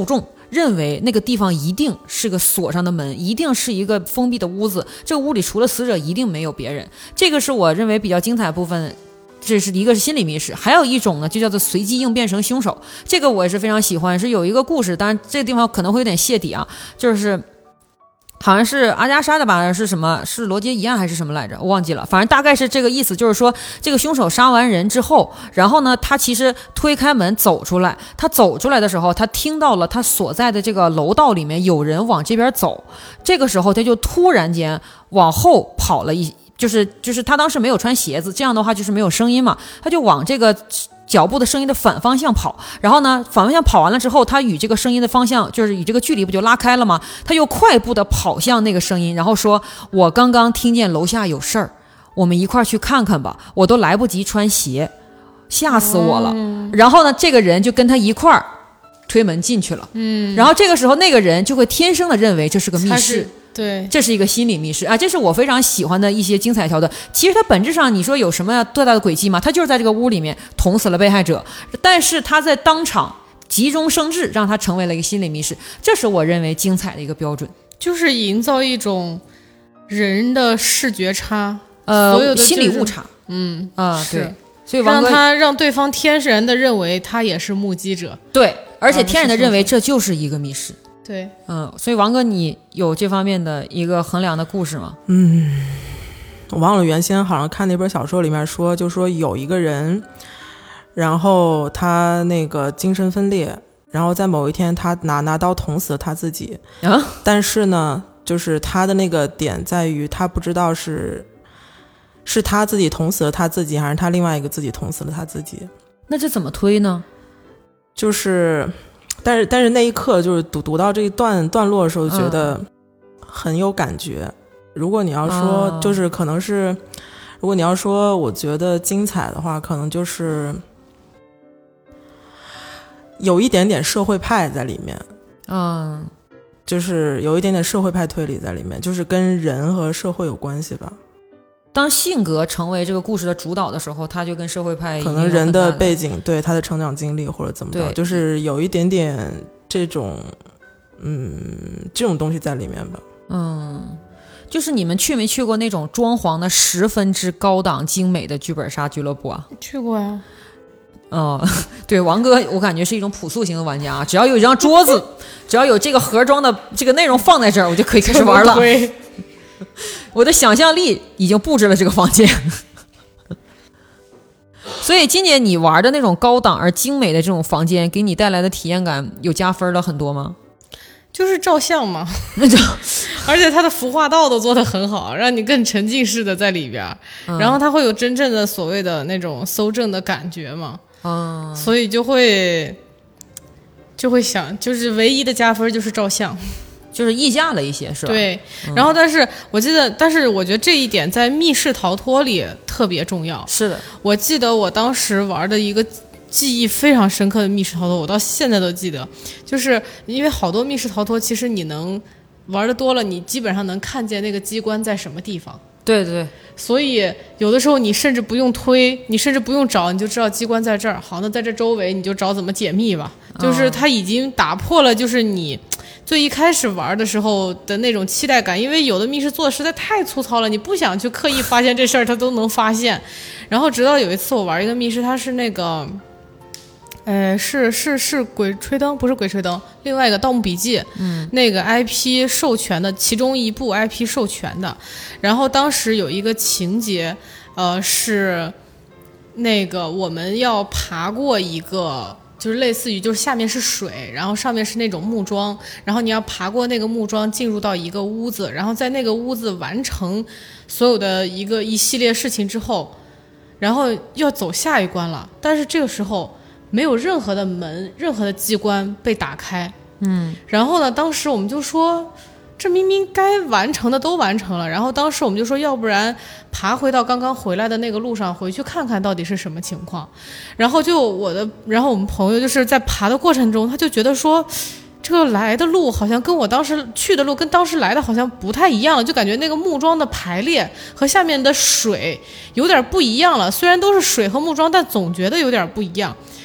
认为那个地方一定是个锁上的门，一定是一个封闭的屋子，这个屋里除了死者一定没有别人。这个是我认为比较精彩的部分，这是一个是心理密室，还有一种呢就叫做随机应变成凶手。这个我也是非常喜欢，是有一个故事，当然这个地方可能会有点泄底啊，就是好像是阿加莎的吧，是什么？是罗杰一案还是什么来着？我忘记了。反正大概是这个意思，就是说这个凶手杀完人之后，然后呢，他其实推开门走出来。他走出来的时候，他听到了他所在的这个楼道里面有人往这边走。这个时候，他就突然间往后跑了就是他当时没有穿鞋子，这样的话就是没有声音嘛，他就往这个脚步的声音的反方向跑，然后呢，反方向跑完了之后，他与这个声音的方向，就是与这个距离不就拉开了吗？他又快步的跑向那个声音，然后说：“我刚刚听见楼下有事儿，我们一块儿去看看吧。”我都来不及穿鞋，吓死我了。然后呢，这个人就跟他一块儿推门进去了。然后这个时候那个人就会天生的认为这是个密室。
对，
这是一个心理密室啊，这是我非常喜欢的一些精彩桥段。其实它本质上你说有什么多大的诡计吗？他就是在这个屋里面捅死了被害者，但是他在当场急中生智，让他成为了一个心理密室，这是我认为精彩的一个标准，
就是营造一种人的视觉差，所有的、
心理误差。对，所以王哥
让对方天然的认为他也是目击者，
对，而且天然的认为这就是一个密室。
对，
所以王哥，你有这方面的一个衡量的故事吗？
我忘了原先好像看那本小说里面说，就说有一个人，然后他那个精神分裂，然后在某一天他拿刀捅死了他自己，但是呢，就是他的那个点在于他不知道是他自己捅死了他自己，还是他另外一个自己捅死了他自己。
那这怎么推呢？
就是。但是那一刻就是读到这一段落的时候，觉得很有感觉。如果你要说，就是可能是，如果你要说，我觉得精彩的话，可能就是有一点点社会派在里面。就是有一点点社会派推理在里面，就是跟人和社会有关系吧。
当性格成为这个故事的主导的时候，他就跟社会派
可能人的背景，对他的成长经历或者怎么着，就是有一点点这种这种东西在里面吧。
就是你们去没去过那种装潢的十分之高档精美的剧本杀俱乐部啊？
去过呀。
对，王哥我感觉是一种朴素型的玩家，只要有一张桌子，只要有这个盒装的这个内容放在这儿，我就可以开始玩了。我的想象力已经布置了这个房间。所以金姐，你玩的那种高档而精美的这种房间给你带来的体验感有加分了很多吗？
就是照相嘛，而且它的服化道都做得很好，让你更沉浸式的在里边，然后它会有真正的所谓的那种搜证的感觉嘛，所以就会想，就是唯一的加分就是照相。
就是溢价了一些，是吧？
对，然后但是我觉得这一点在密室逃脱里特别重要。是的，我记得我当时玩的一个记忆非常深刻的密室逃脱，我到现在都记得，就是因为好多密室逃脱，其实你能玩的多了，你基本上能看见那个机关在什么地方。对对，所以有的时候你甚至不用推，你甚至不用找，你就知道机关在这儿。好，那在这周围你就找怎么解密吧。就是它已经打破了，就是你最一开始玩的时候的那种期待感，因为有的密室做的实在太粗糙了，你不想去刻意发现这事儿，它都能发现。然后直到有一次我玩一个密室，它是那个。是鬼吹灯，不是鬼吹灯，另外一个《盗墓笔记》，那个 IP 授权的其中一部 IP 授权的。然后当时有一个情节，是那个我们要爬过一个，就是类似于就是下面是水，然后上面是那种木桩，然后你要爬过那个木桩进入到一个屋子，然后在那个屋子完成所有的一系列事情之后，然后要走下一关了，但是这个时候没有任何的门，任何的机关被打开。然后呢，当时我们就说，这明明该完成的都完成了。然后当时我们就说，要不然爬回到刚刚回来的那个路上，回去看看到底是什么情况。然后我们朋友就是在爬的过程中，他就觉得说，这个来的路好像跟我当时去的路跟当时来的好像不太一样了，就感觉那个木桩的排列和下面的水有点不一样了。虽然都是水和木桩，但总觉得有点不一样。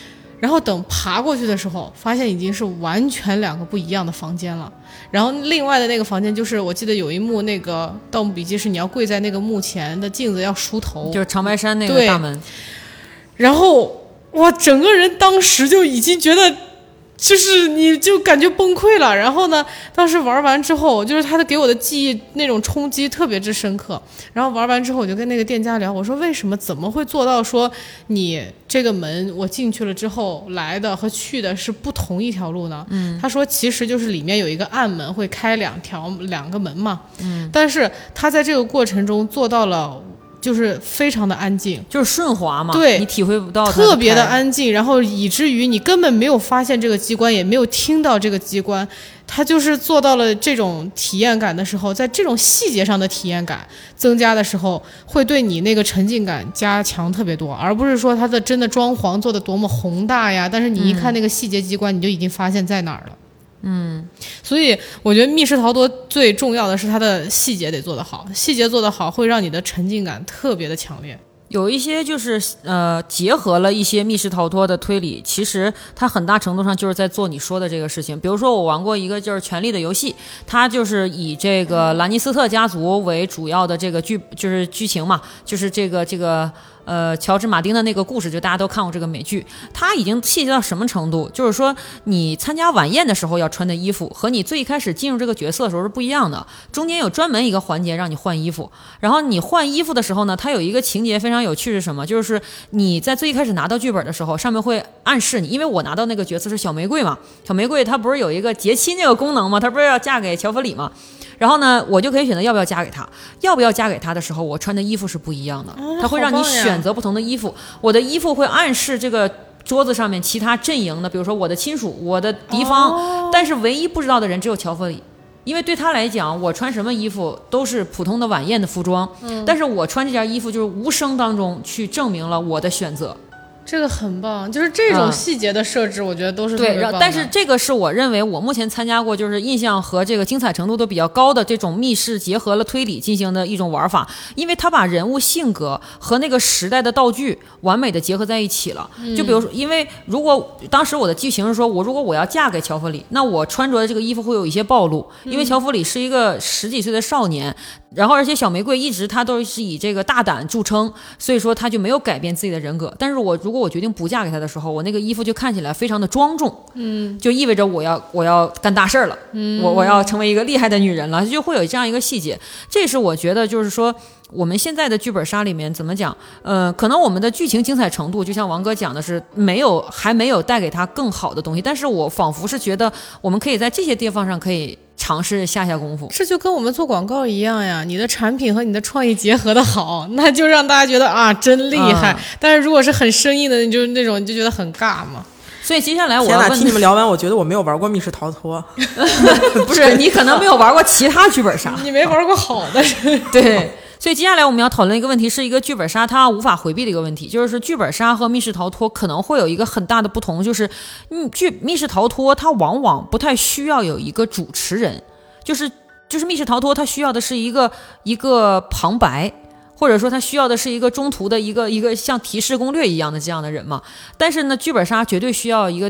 然后等爬过去的时候，发现已经是完全2个不一样的房间了。然后另外的那个房间，就是我记得有一幕那个《盗墓笔记》是你要跪在那个墓前的镜子要梳头，
就是长白山那个大门。
然后哇，整个人当时就已经觉得。就是你就感觉崩溃了，然后呢，当时玩完之后，就是他给我的记忆那种冲击特别之深刻。然后玩完之后，我就跟那个店家聊，我说为什么怎么会做到说你这个门我进去了之后来的和去的是不同一条路呢？他说其实就是里面有一个暗门会开两个门嘛，但是他在这个过程中做到了。就是非常的安静，
就是顺滑嘛，
对，
你体会不到
特别的安静，然后以至于你根本没有发现这个机关，也没有听到这个机关，它就是做到了这种体验感的时候，在这种细节上的体验感增加的时候，会对你那个沉浸感加强特别多，而不是说它的真的装潢做的多么宏大呀，但是你一看那个细节机关，你就已经发现在哪儿了。所以我觉得密室逃脱最重要的是它的细节得做得好，细节做得好会让你的沉浸感特别的强烈。
有一些就是结合了一些密室逃脱的推理，其实它很大程度上就是在做你说的这个事情。比如说我玩过一个就是《权力的游戏》，它就是以这个兰尼斯特家族为主要的这个就是剧情嘛，就是这个乔治马丁的那个故事，就大家都看过这个美剧，它已经细节到什么程度？就是说你参加晚宴的时候要穿的衣服和你最一开始进入这个角色的时候是不一样的，中间有专门一个环节让你换衣服，然后你换衣服的时候呢，它有一个情节非常有趣是什么？就是你在最一开始拿到剧本的时候，上面会暗示你，因为我拿到那个角色是小玫瑰嘛，小玫瑰它不是有一个结亲那个功能吗？它不是要嫁给乔弗里吗？然后呢，我就可以选择要不要嫁给他。要不要嫁给他的时候，我穿的衣服是不一样的，它会让你选择不同的衣服。我的衣服会暗示这个桌子上面其他阵营的，比如说我的亲属、我的敌方，但是唯一不知道的人只有乔弗里。因为对他来讲，我穿什么衣服都是普通的晚宴的服装，但是我穿这件衣服就是无声当中去证明了我的选择。
这个很棒，就是这种细节的设置，我觉得都是特别棒的。
对，但是这个是我认为我目前参加过就是印象和这个精彩程度都比较高的这种密室结合了推理进行的一种玩法，因为它把人物性格和那个时代的道具完美的结合在一起了。就比如说，因为如果当时我的剧情是说如果我要嫁给乔弗里，那我穿着的这个衣服会有一些暴露，因为乔弗里是一个10几岁的少年，然后而且小玫瑰一直她都是以这个大胆著称，所以说她就没有改变自己的人格。但是如果我决定不嫁给他的时候，我那个衣服就看起来非常的庄重，就意味着我要干大事了，我要成为一个厉害的女人了，就会有这样一个细节。这是我觉得就是说我们现在的剧本杀里面怎么讲，可能我们的剧情精彩程度就像王哥讲的是还没有带给他更好的东西，但是我仿佛是觉得我们可以在这些地方上可以尝试下功夫。
这就跟我们做广告一样呀，你的产品和你的创意结合的好，那就让大家觉得啊真厉害，但是如果是很生硬的，你就那种你就觉得很尬嘛。
所以接下来我要问，
听你们聊完，我觉得我没有玩过密室逃脱。
不是，你可能没有玩过其他剧本杀，
你没玩过好的。
对。所以接下来我们要讨论一个问题，是一个剧本杀它无法回避的一个问题，就是剧本杀和密室逃脱可能会有一个很大的不同，就是密室逃脱它往往不太需要有一个主持人，就是密室逃脱它需要的是一个旁白，或者说他需要的是一个中途的一个像提示攻略一样的这样的人嘛。但是呢，剧本杀绝对需要一个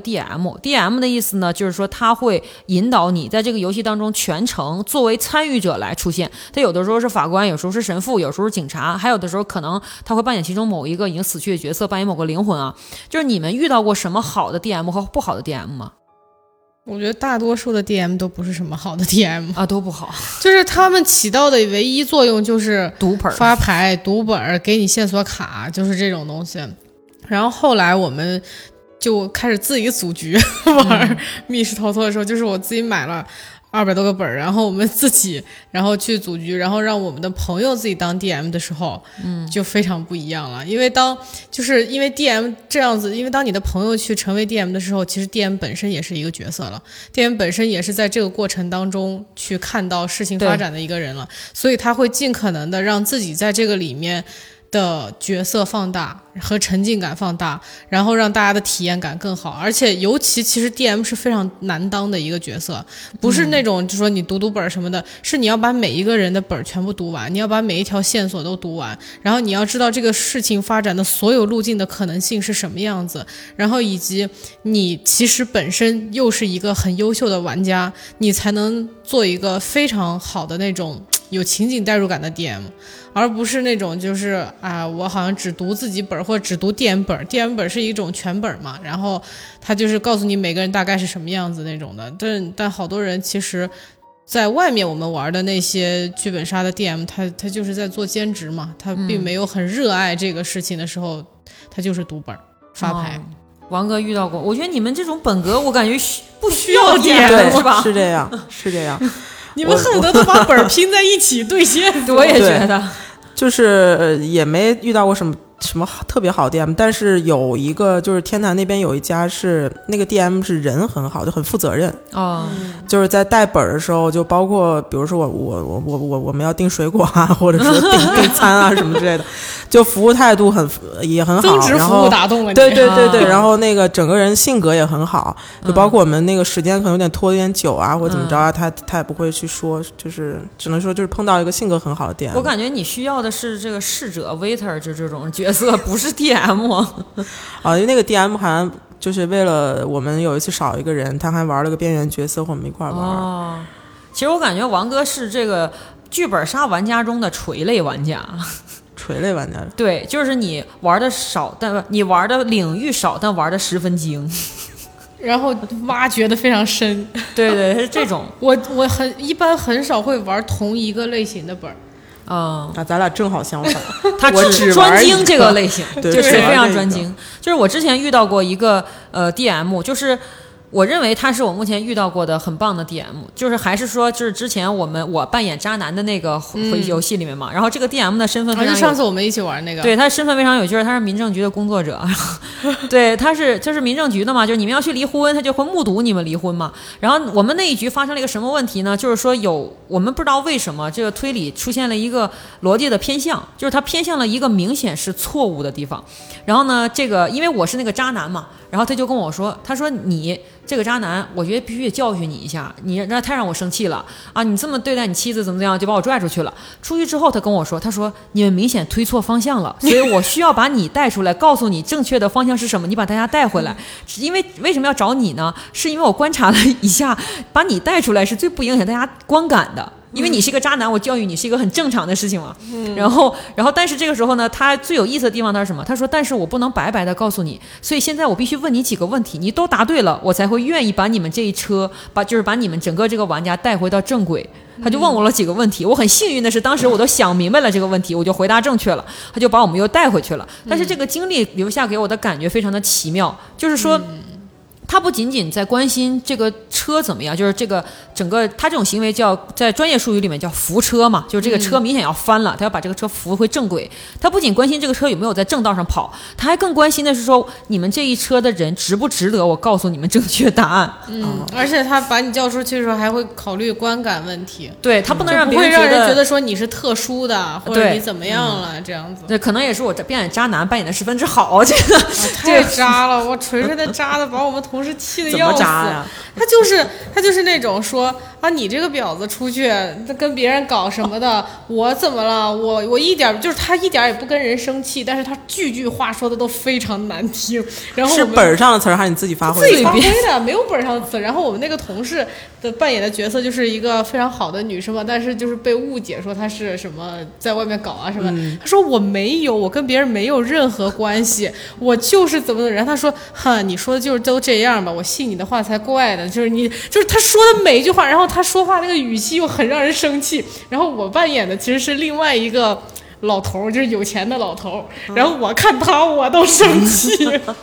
DM 的意思呢，就是说他会引导你在这个游戏当中全程作为参与者来出现。他有的时候是法官，有时候是神父，有时候是警察，还有的时候可能他会扮演其中某一个已经死去的角色，扮演某个灵魂啊。就是你们遇到过什么好的 DM 和不好的 DM 吗？
我觉得大多数的 DM 都不是什么好的 DM
啊，都不好，
就是他们起到的唯一作用就是
读本、
发牌、读本，给你线索卡，就是这种东西。然后后来我们就开始自己组局玩密室逃脱的时候，就是我自己买了200多个本，然后我们自己然后去组局，然后让我们的朋友自己当 DM 的时候，就非常不一样了。因为因为 DM 这样子，因为当你的朋友去成为 DM 的时候，其实 DM 本身也是一个角色了， DM 本身也是在这个过程当中去看到事情发展的一个人了，所以他会尽可能的让自己在这个里面的角色放大和沉浸感放大，然后让大家的体验感更好。而且尤其其实 DM 是非常难当的一个角色，不是那种就说你读本什么的，是你要把每一个人的本全部读完，你要把每一条线索都读完，然后你要知道这个事情发展的所有路径的可能性是什么样子，然后以及你其实本身又是一个很优秀的玩家，你才能做一个非常好的那种有情景代入感的 DM， 而不是那种就是我好像只读自己本或者只读 DM 本 ，DM 本是一种全本嘛，然后他就是告诉你每个人大概是什么样子那种的。但好多人其实在外面我们玩的那些剧本杀的 DM， 他就是在做兼职嘛，他并没有很热爱这个事情的时候，他就是读本发牌。
王哥遇到过，我觉得你们这种本格，我感觉不需要 DM 是吧？
是这样，是这样。
你们恨不得都把本拼在一起兑现。
我也觉得，
就是也没遇到过什么特别好 DM， 但是有一个就是天坛那边有一家是那个 DM 是人很好，就很负责任就是在带本的时候，就包括比如说我们要订水果啊，或者说订餐啊什么之类的，就服务态度也很好，
增值服务打动了你。
对，然后那个整个人性格也很好，就包括我们那个时间可能有点拖有点久啊，或者怎么着啊，他也不会去说，就是只能说就是碰到一个性格很好的 DM。
我感觉你需要的是这个侍者 waiter 就这种角色，不是 DM
因为那个 DM 好像就是为了我们有一次少一个人，他还玩了个边缘角色，和我们一块玩。
其实我感觉王哥是这个剧本杀玩家中的垂类玩家。
垂类玩家，
对，就是你玩的少，但你玩的领域少，但玩的十分精，
然后挖掘的非常深。
对，是这种。
我一般很少会玩同一个类型的本。
咱俩正好相反。
他只专精这个类型，就是非常专精。就是我之前遇到过一个DM， 就是我认为他是我目前遇到过的很棒的 DM， 就是还是说就是之前我扮演渣男的那个游戏里面嘛，然后这个 DM 的身份非常有，
上次我们一起玩那个，
对，他身份非常有趣，他是民政局的工作者，对，他是就是民政局的嘛，就是你们要去离婚，他就会目睹你们离婚嘛。然后我们那一局发生了一个什么问题呢？就是说我们不知道为什么这个推理出现了一个逻辑的偏向，就是它偏向了一个明显是错误的地方。然后呢，这个因为我是那个渣男嘛，然后他就跟我说，他说你这个渣男，我觉得必须得教训你一下，你太让我生气了啊！你这么对待你妻子怎么样，就把我拽出去了。出去之后，他跟我说，他说你们明显推错方向了，所以我需要把你带出来，告诉你正确的方向是什么，你把大家带回来。因为为什么要找你呢？是因为我观察了一下，把你带出来是最不影响大家观感的。因为你是一个渣男，我教育你是一个很正常的事情嘛。然后，但是这个时候呢，他最有意思的地方他是什么？他说，但是我不能白白的告诉你，所以现在我必须问你几个问题，你都答对了，我才会愿意把你们这一车，把你们整个这个玩家带回到正轨。他就问我了几个问题，我很幸运的是，当时我都想明白了这个问题，我就回答正确了，他就把我们又带回去了。但是这个经历留下给我的感觉非常的奇妙，就是说。他不仅仅在关心这个车怎么样，就是这个整个他这种行为叫在专业术语里面叫扶车嘛，就是这个车明显要翻了，他要把这个车扶回正轨。他不仅关心这个车有没有在正道上跑，他还更关心的是说你们这一车的人值不值得我告诉你们正确答案。
而且他把你叫出去的时候还会考虑观感问题，
对他不能让别人
觉得说你是特殊的，或者你怎么样了这样子。
对，可能也是我扮演渣男扮演的十分之好，这个
太渣了，我纯粹的渣的把我们同事气的要死。
怎么渣呀？
他就是那种说啊，你这个婊子出去跟别人搞什么的，我怎么了？我一点就是他一点也不跟人生气，但是他句句话说的都非常难听。然后
是本上的词还是你自己发挥的？
自己发挥的，没有本上的词。然后我们那个同事的扮演的角色就是一个非常好的女生嘛，但是就是被误解说她是什么在外面搞啊什么。他说我没有，我跟别人没有任何关系，我就是怎么的人。他说哈，你说的就是都这样吧，我信你的话才怪呢。就是他说的每一句话，然后他说话那个语气又很让人生气。然后我扮演的其实是另外一个老头，就是有钱的老头，然后我看他我都生气。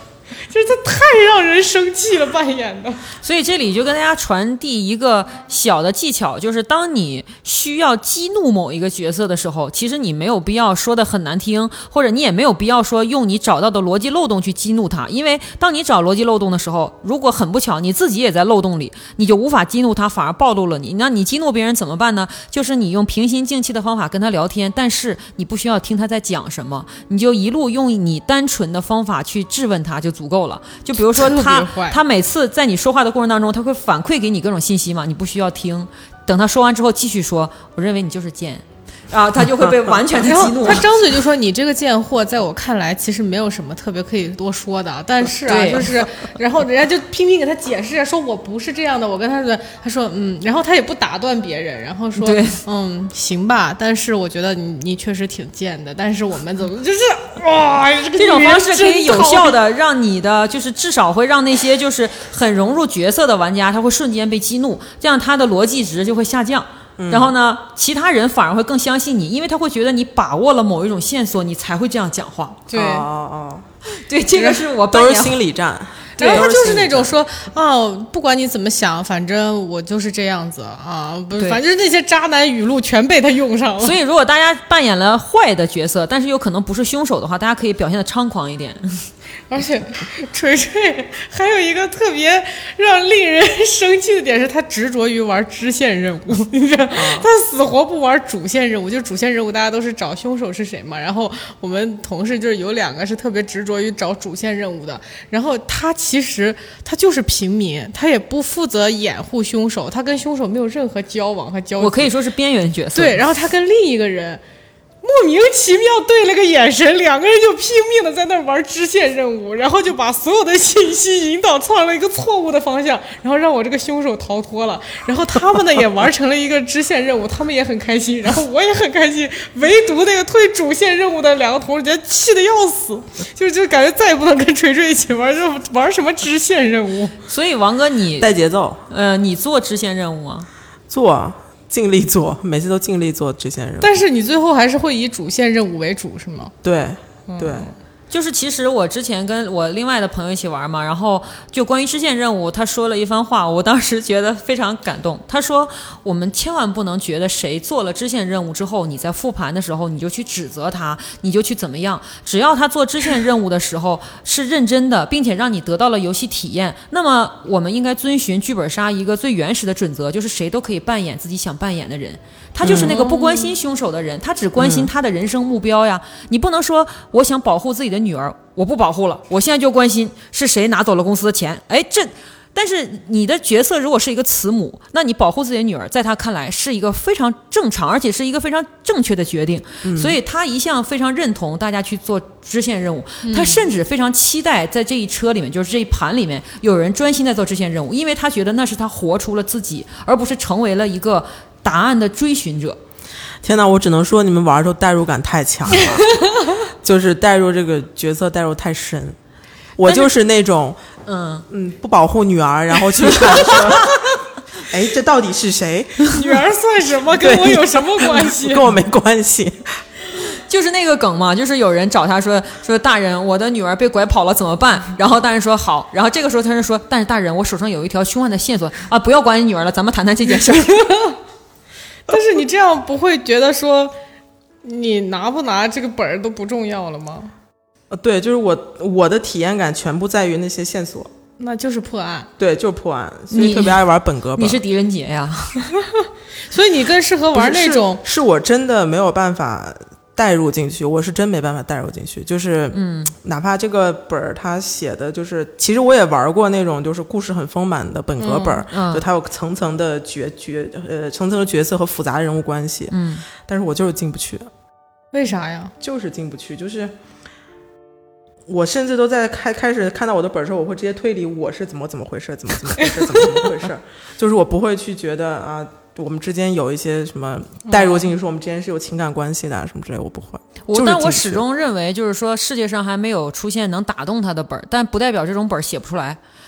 就是他太让人生气了扮演的。
所以这里就跟大家传递一个小的技巧，就是当你需要激怒某一个角色的时候，其实你没有必要说的很难听，或者你也没有必要说用你找到的逻辑漏洞去激怒他，因为当你找逻辑漏洞的时候，如果很不巧你自己也在漏洞里，你就无法激怒他，反而暴露了你。那你激怒别人怎么办呢？就是你用平心静气的方法跟他聊天，但是你不需要听他在讲什么，你就一路用你单纯的方法去质问他就足够了。就比如说他每次在你说话的过程当中，他会反馈给你各种信息嘛，你不需要听，等他说完之后继续说，我认为你就是贱。他就会被完全的激怒。
他张嘴就说：“你这个贱货，在我看来其实没有什么特别可以多说的。但是啊，就是，然后人家就拼命给他解释，说我不是这样的。我跟他说，然后他也不打断别人，然后说，行吧。但是我觉得你确实挺贱的。但是我们怎么就是哇，
这种方式可以有效的让你的就是至少会让那些就是很融入角色的玩家，他会瞬间被激怒，这样他的逻辑值就会下降。”然后呢，其他人反而会更相信你，因为他会觉得你把握了某一种线索，你才会这样讲话。
对，
对，这个是我
都是心理战。
然后他就是那种说不管你怎么想，反正我就是这样子啊，反正那些渣男语录全被他用上了。
所以如果大家扮演了坏的角色，但是有可能不是凶手的话，大家可以表现得猖狂一点。
而且锤锤还有一个特别令人生气的点是，他执着于玩支线任务，你知道，他死活不玩主线任务。就是主线任务大家都是找凶手是谁嘛，然后我们同事就是有2个是特别执着于找主线任务的，然后他其实他就是平民，他也不负责掩护凶手，他跟凶手没有任何交往和交集，
我可以说是边缘角色。
对，然后他跟另一个人莫名其妙对了个眼神，2个人就拼命的在那玩支线任务，然后就把所有的信息引导向了一个错误的方向，然后让我这个凶手逃脱了。然后他们呢也完成了一个支线任务，他们也很开心，然后我也很开心，唯独那个推主线任务的2个同事觉得气得要死，就感觉再也不能跟锤锤一起玩，就玩什么支线任务。
所以王哥你
带节奏，
你做支线任务吗？
做。尽力做，每次都尽力做支线任务，
但是你最后还是会以主线任务为主，是吗？
对，对。
就是其实我之前跟我另外的朋友一起玩嘛，然后就关于支线任务他说了一番话，我当时觉得非常感动。他说我们千万不能觉得谁做了支线任务之后，你在复盘的时候你就去指责他，你就去怎么样，只要他做支线任务的时候是认真的，并且让你得到了游戏体验，那么我们应该遵循剧本杀一个最原始的准则，就是谁都可以扮演自己想扮演的人。他就是那个不关心凶手的人，他只关心他的人生目标呀。你不能说我想保护自己的女儿，我不保护了，我现在就关心是谁拿走了公司的钱。但是你的角色如果是一个慈母，那你保护自己的女儿在他看来是一个非常正常而且是一个非常正确的决定，所以他一向非常认同大家去做支线任务，他甚至非常期待在这一车里面，就是这一盘里面有人专心在做支线任务，因为他觉得那是他活出了自己，而不是成为了一个答案的追寻者。
天哪，我只能说你们玩的时候代入感太强了就是代入这个角色代入太深。我就是那种不保护女儿，然后去看说这到底是谁？
女儿算什么？跟我有什么关系？
跟我没关系。
就是那个梗嘛，就是有人找他说大人，我的女儿被拐跑了怎么办？然后大人说好，然后这个时候他就说，但是大人，我手上有一条凶案的线索啊，不要管你女儿了，咱们谈谈这件事
但是你这样不会觉得说你拿不拿这个本儿都不重要了吗？
对，就是我的体验感全部在于那些线索，
那就是破案。
对，就是破案，所以特别爱玩本格本。
你是狄仁杰呀
所以你更适合玩那种
是我真的没有办法带入进去，我是真没办法带入进去，就是哪怕这个本儿他写的就是，其实我也玩过那种就是故事很丰满的本格本，就它有层层的角色和复杂的人物关系，但是我就是进不去。
为啥呀？
就是进不去，就是我甚至都在开始看到我的本的时候，我会直接推理我是怎么回事，怎么回事，就是我不会去觉得啊，我们之间有一些什么带入进去，说我们之间是有情感关系的什么之类，我不会。
但我始终认为，就是说世界上还没有出现能打动他的本，但不代表这种本写不出来。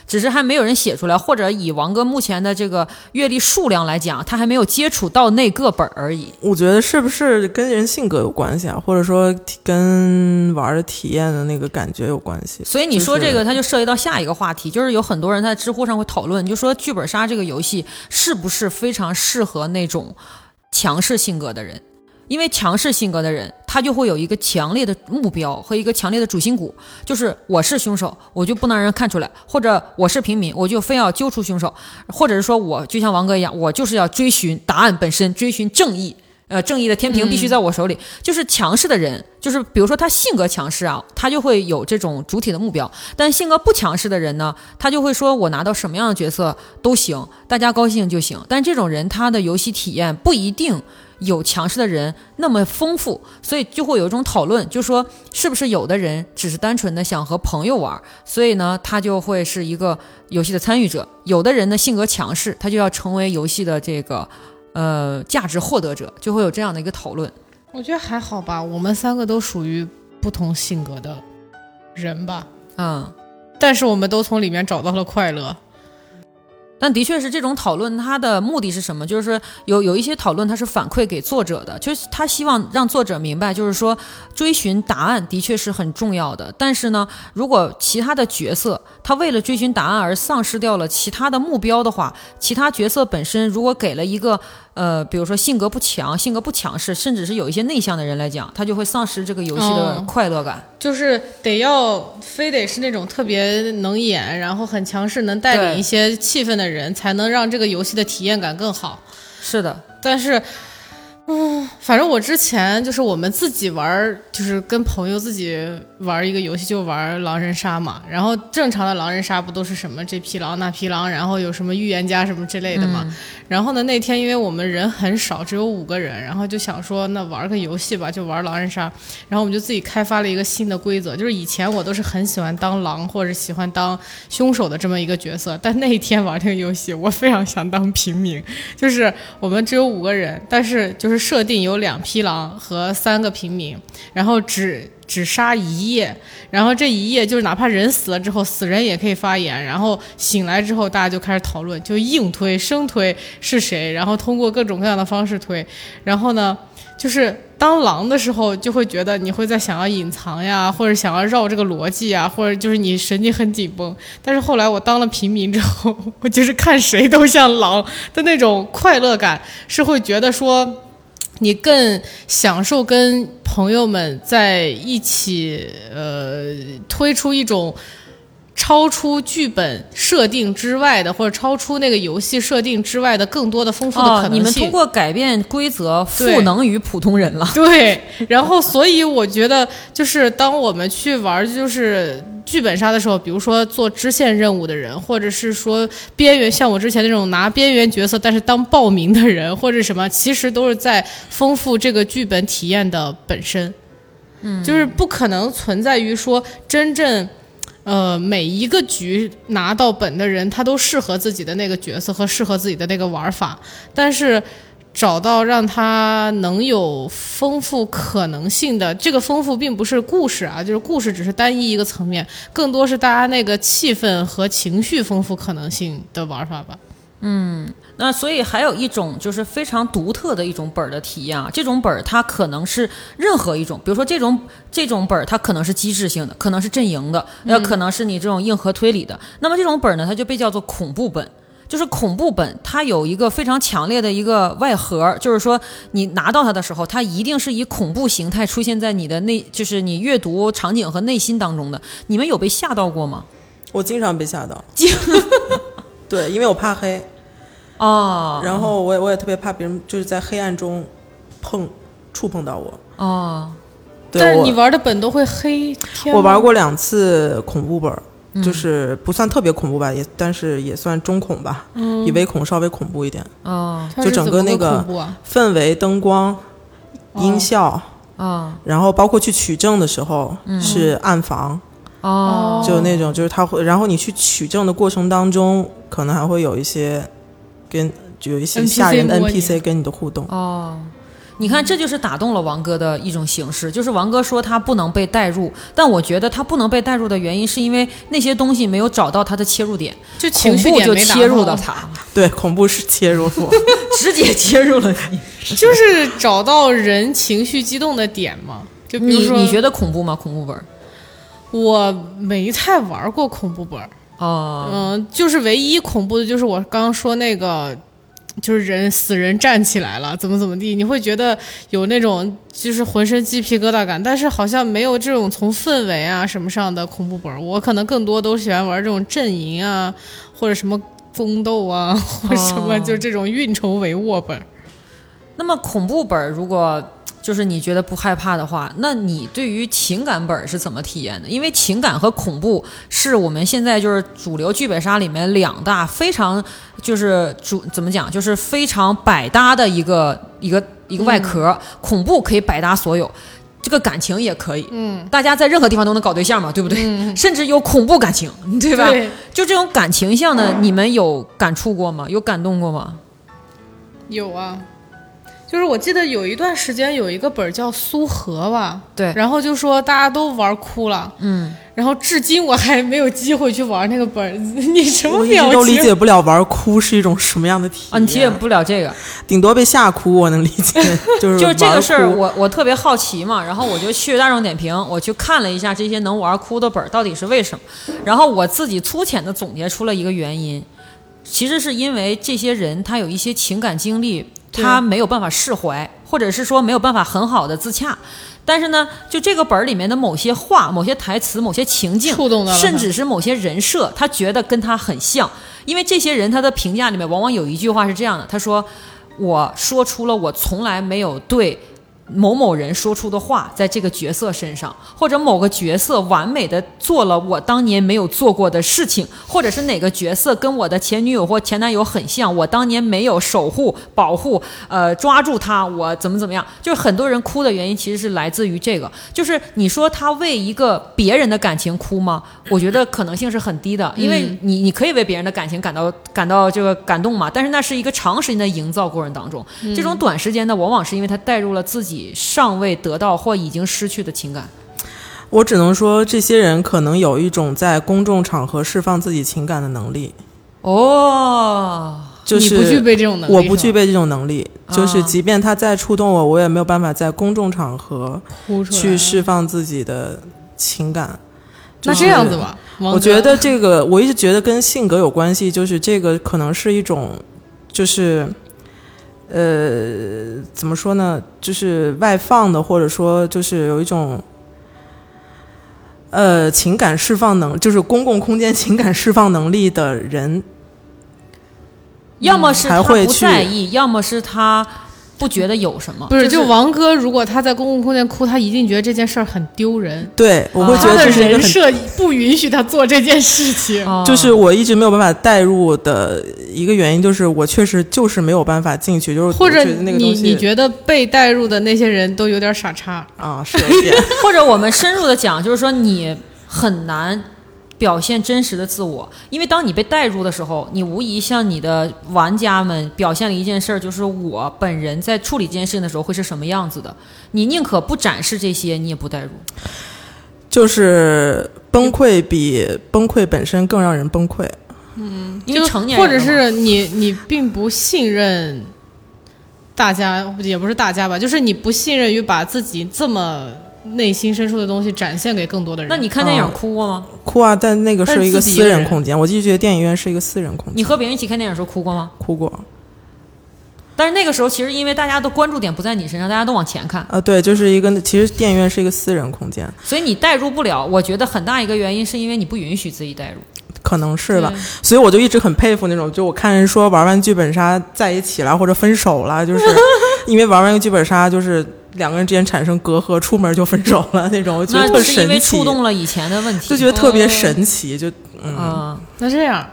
只是还没有人写出来，或者以王哥目前的这个阅历数量来讲，他还没有接触到那个本而已。
我觉得是不是跟人性格有关系啊，或者说跟玩的体验的那个感觉有关系？
所以你说这个，它就涉及到下一个话题，就是有很多人在知乎上会讨论，就说剧本杀这个游戏是不是非常适合那种强势性格的人。因为强势性格的人，他就会有一个强烈的目标和一个强烈的主心骨，就是我是凶手，我就不能让人看出来，或者我是平民，我就非要揪出凶手，或者是说我就像王哥一样，我就是要追寻答案本身，追寻正义。正义的天平必须在我手里。就是强势的人，就是比如说他性格强势啊，他就会有这种主体的目标。但性格不强势的人呢，他就会说我拿到什么样的角色都行，大家高兴就行。但这种人他的游戏体验不一定有强势的人那么丰富，所以就会有一种讨论，就说是不是有的人只是单纯的想和朋友玩，所以呢他就会是一个游戏的参与者。有的人呢性格强势，他就要成为游戏的这个价值获得者，就会有这样的一个讨论。
我觉得还好吧，我们三个都属于不同性格的人吧，但是我们都从里面找到了快乐。
但的确是这种讨论，它的目的是什么？就是有一些讨论它是反馈给作者的，就是他希望让作者明白，就是说追寻答案的确是很重要的。但是呢，如果其他的角色他为了追寻答案而丧失掉了其他的目标的话，其他角色本身如果给了一个比如说性格不强、性格不强势，甚至是有一些内向的人来讲，他就会丧失这个游戏的快乐感。
就是非得是那种特别能演，然后很强势，能带领一些气氛的人，才能让这个游戏的体验感更好。
是的，
但是反正我之前就是我们自己玩，就是跟朋友自己玩一个游戏，就玩狼人杀嘛。然后正常的狼人杀不都是什么这匹狼那匹狼，然后有什么预言家什么之类的嘛。然后呢，那天因为我们人很少，只有5个人，然后就想说那玩个游戏吧，就玩狼人杀。然后我们就自己开发了一个新的规则，就是以前我都是很喜欢当狼或者喜欢当凶手的这么一个角色，但那一天玩这个游戏，我非常想当平民。就是我们只有5个人，但是就是设定有2匹狼和3个平民，然后只杀1夜，然后这1夜就是哪怕人死了之后，死人也可以发言，然后醒来之后大家就开始讨论，就硬推生推是谁，然后通过各种各样的方式推。然后呢，就是当狼的时候就会觉得你会在想要隐藏呀，或者想要绕这个逻辑啊，或者就是你神经很紧绷。但是后来我当了平民之后，我就是看谁都像狼的那种快乐感，是会觉得说你更享受跟朋友们在一起推出一种超出剧本设定之外的，或者超出那个游戏设定之外的更多的丰富的可能性。
你们通过改变规则赋能于普通人了。
对，然后所以我觉得就是当我们去玩就是剧本杀的时候，比如说做支线任务的人，或者是说边缘，像我之前那种拿边缘角色但是当暴民的人，或者什么，其实都是在丰富这个剧本体验的本身。就是不可能存在于说真正每一个局拿到本的人他都适合自己的那个角色和适合自己的那个玩法，但是找到让他能有丰富可能性的，这个丰富并不是故事啊，就是故事只是单一一个层面，更多是大家那个气氛和情绪丰富可能性的玩法吧。
那所以还有一种就是非常独特的一种本的体验啊，这种本它可能是任何一种，比如说这种本它可能是机制性的，可能是阵营的，可能是你这种硬核推理的。那么这种本呢，它就被叫做恐怖本。就是恐怖本它有一个非常强烈的一个外核，就是说你拿到它的时候，它一定是以恐怖形态出现在你的就是你阅读场景和内心当中的。你们有被吓到过吗？
我经常被吓到对，因为我怕黑然后我也特别怕别人就是在黑暗中触碰到我对，
但是你玩的本都会黑。
我玩过2次恐怖本，就是不算特别恐怖吧，但是也算中恐吧，比微恐稍微恐怖一点就整个那个氛围、灯光、音效然后包括去取证的时候是暗房就那种就是他会，然后你去取证的过程当中可能还会有一些吓人的 NPC 跟你的互动
你看，这就是打动了王哥的一种形式，就是王哥说他不能被带入，但我觉得他不能被带入的原因是因为那些东西没有找到他的切入点，
就情绪点
恐怖就切入到他，
对，恐怖是切入我，
直接切入了你，
就是找到人情绪激动的点嘛。就比如说
你觉得恐怖吗？恐怖本？
我没太玩过恐怖本。就是唯一恐怖的就是我刚刚说那个。就是死人站起来了，怎么地，你会觉得有那种就是浑身鸡皮疙瘩感，但是好像没有这种从氛围啊什么上的恐怖本。我可能更多都喜欢玩这种阵营啊，或者什么宫斗啊，或者什么就这种运筹帷幄本。
那么恐怖本如果就是你觉得不害怕的话，那你对于情感本是怎么体验的？因为情感和恐怖是我们现在就是主流剧本杀里面两大非常就是怎么讲，就是非常百搭的一个外壳。恐怖可以百搭所有，这个感情也可以，大家在任何地方都能搞对象嘛，对不对？甚至有恐怖感情，对吧？对，就这种感情向的，你们有感触过吗？有感动过吗？
有啊。就是我记得有一段时间有一个本叫苏荷吧，
对，
然后就说大家都玩哭了，然后至今我还没有机会去玩那个本。你什么表情？我一直
都理解不了玩哭是一种什么样的体验。
你体验不了这个，
顶多被吓哭我能理解，就是
这个事儿，我特别好奇嘛，然后我就去大众点评，我去看了一下这些能玩哭的本到底是为什么，然后我自己粗浅的总结出了一个原因，其实是因为这些人他有一些情感经历。他没有办法释怀，或者是说没有办法很好的自洽，但是呢，就这个本里面的某些话、某些台词、某些情境，
触动到了他，
甚至是某些人设，他觉得跟他很像。因为这些人他的评价里面往往有一句话是这样的，他说：“我说出了我从来没有对某某人说出的话，在这个角色身上，或者某个角色完美的做了我当年没有做过的事情，或者是哪个角色跟我的前女友或前男友很像，我当年没有守护保护抓住他，我怎么样。”就是很多人哭的原因其实是来自于这个，就是你说他为一个别人的感情哭吗？我觉得可能性是很低的，因为你可以为别人的感情感到这个感动嘛，但是那是一个长时间的营造过程当中，这种短时间的往往是因为他带入了自己尚未得到或已经失去的情感。
我只能说这些人可能有一种在公众场合释放自己情感的能力。就是
你不具备这种能力，
我不具备这种能力，就是即便他再触动我，我也没有办法在公众场合去释放自己的情感。
那这样子吧，
我觉得这个我一直觉得跟性格有关系，就是这个可能是一种就是怎么说呢，就是外放的，或者说就是有一种情感释放就是公共空间情感释放能力的人，
要么是他不在意，要么是他不觉得有什么。
不是，就王哥如果他在公共空间哭，他一定觉得这件事儿很丢人。
对，我会觉得
他的人设不允许他做这件事情。
就是我一直没有办法带入的一个原因，就是我确实就是没有办法进去，就是
或者你觉得被带入的那些人都有点傻叉
啊，是有点。
或者我们深入的讲，就是说你很难表现真实的自我，因为当你被带入的时候，你无疑向你的玩家们表现了一件事，就是我本人在处理这件事情的时候会是什么样子的。你宁可不展示这些，你也不带入。
就是崩溃比崩溃本身更让人崩溃。
因为成年人
或者是你并不信任大家，也不是大家吧，就是你不信任于把自己这么内心深处的东西展现给更多的人。
那你看电影哭过吗？
哭啊，但那个是一个私人空间，我继续觉得电影院是一个私人空间。
你和别人一起看电影的时候哭过吗？
哭过。
但是那个时候其实因为大家都关注点不在你身上，大家都往前看。
对，就是一个其实电影院是一个私人空间，
所以你代入不了。我觉得很大一个原因是因为你不允许自己代入。
可能是吧，所以我就一直很佩服那种，就我看人说玩完剧本杀在一起了或者分手了，就是因为玩完一个剧本杀就是两个人之间产生隔阂，出门就分手了那种，我觉得特神奇。
那是因为触动了以前的问题，
就觉得特别神奇。就
那这样，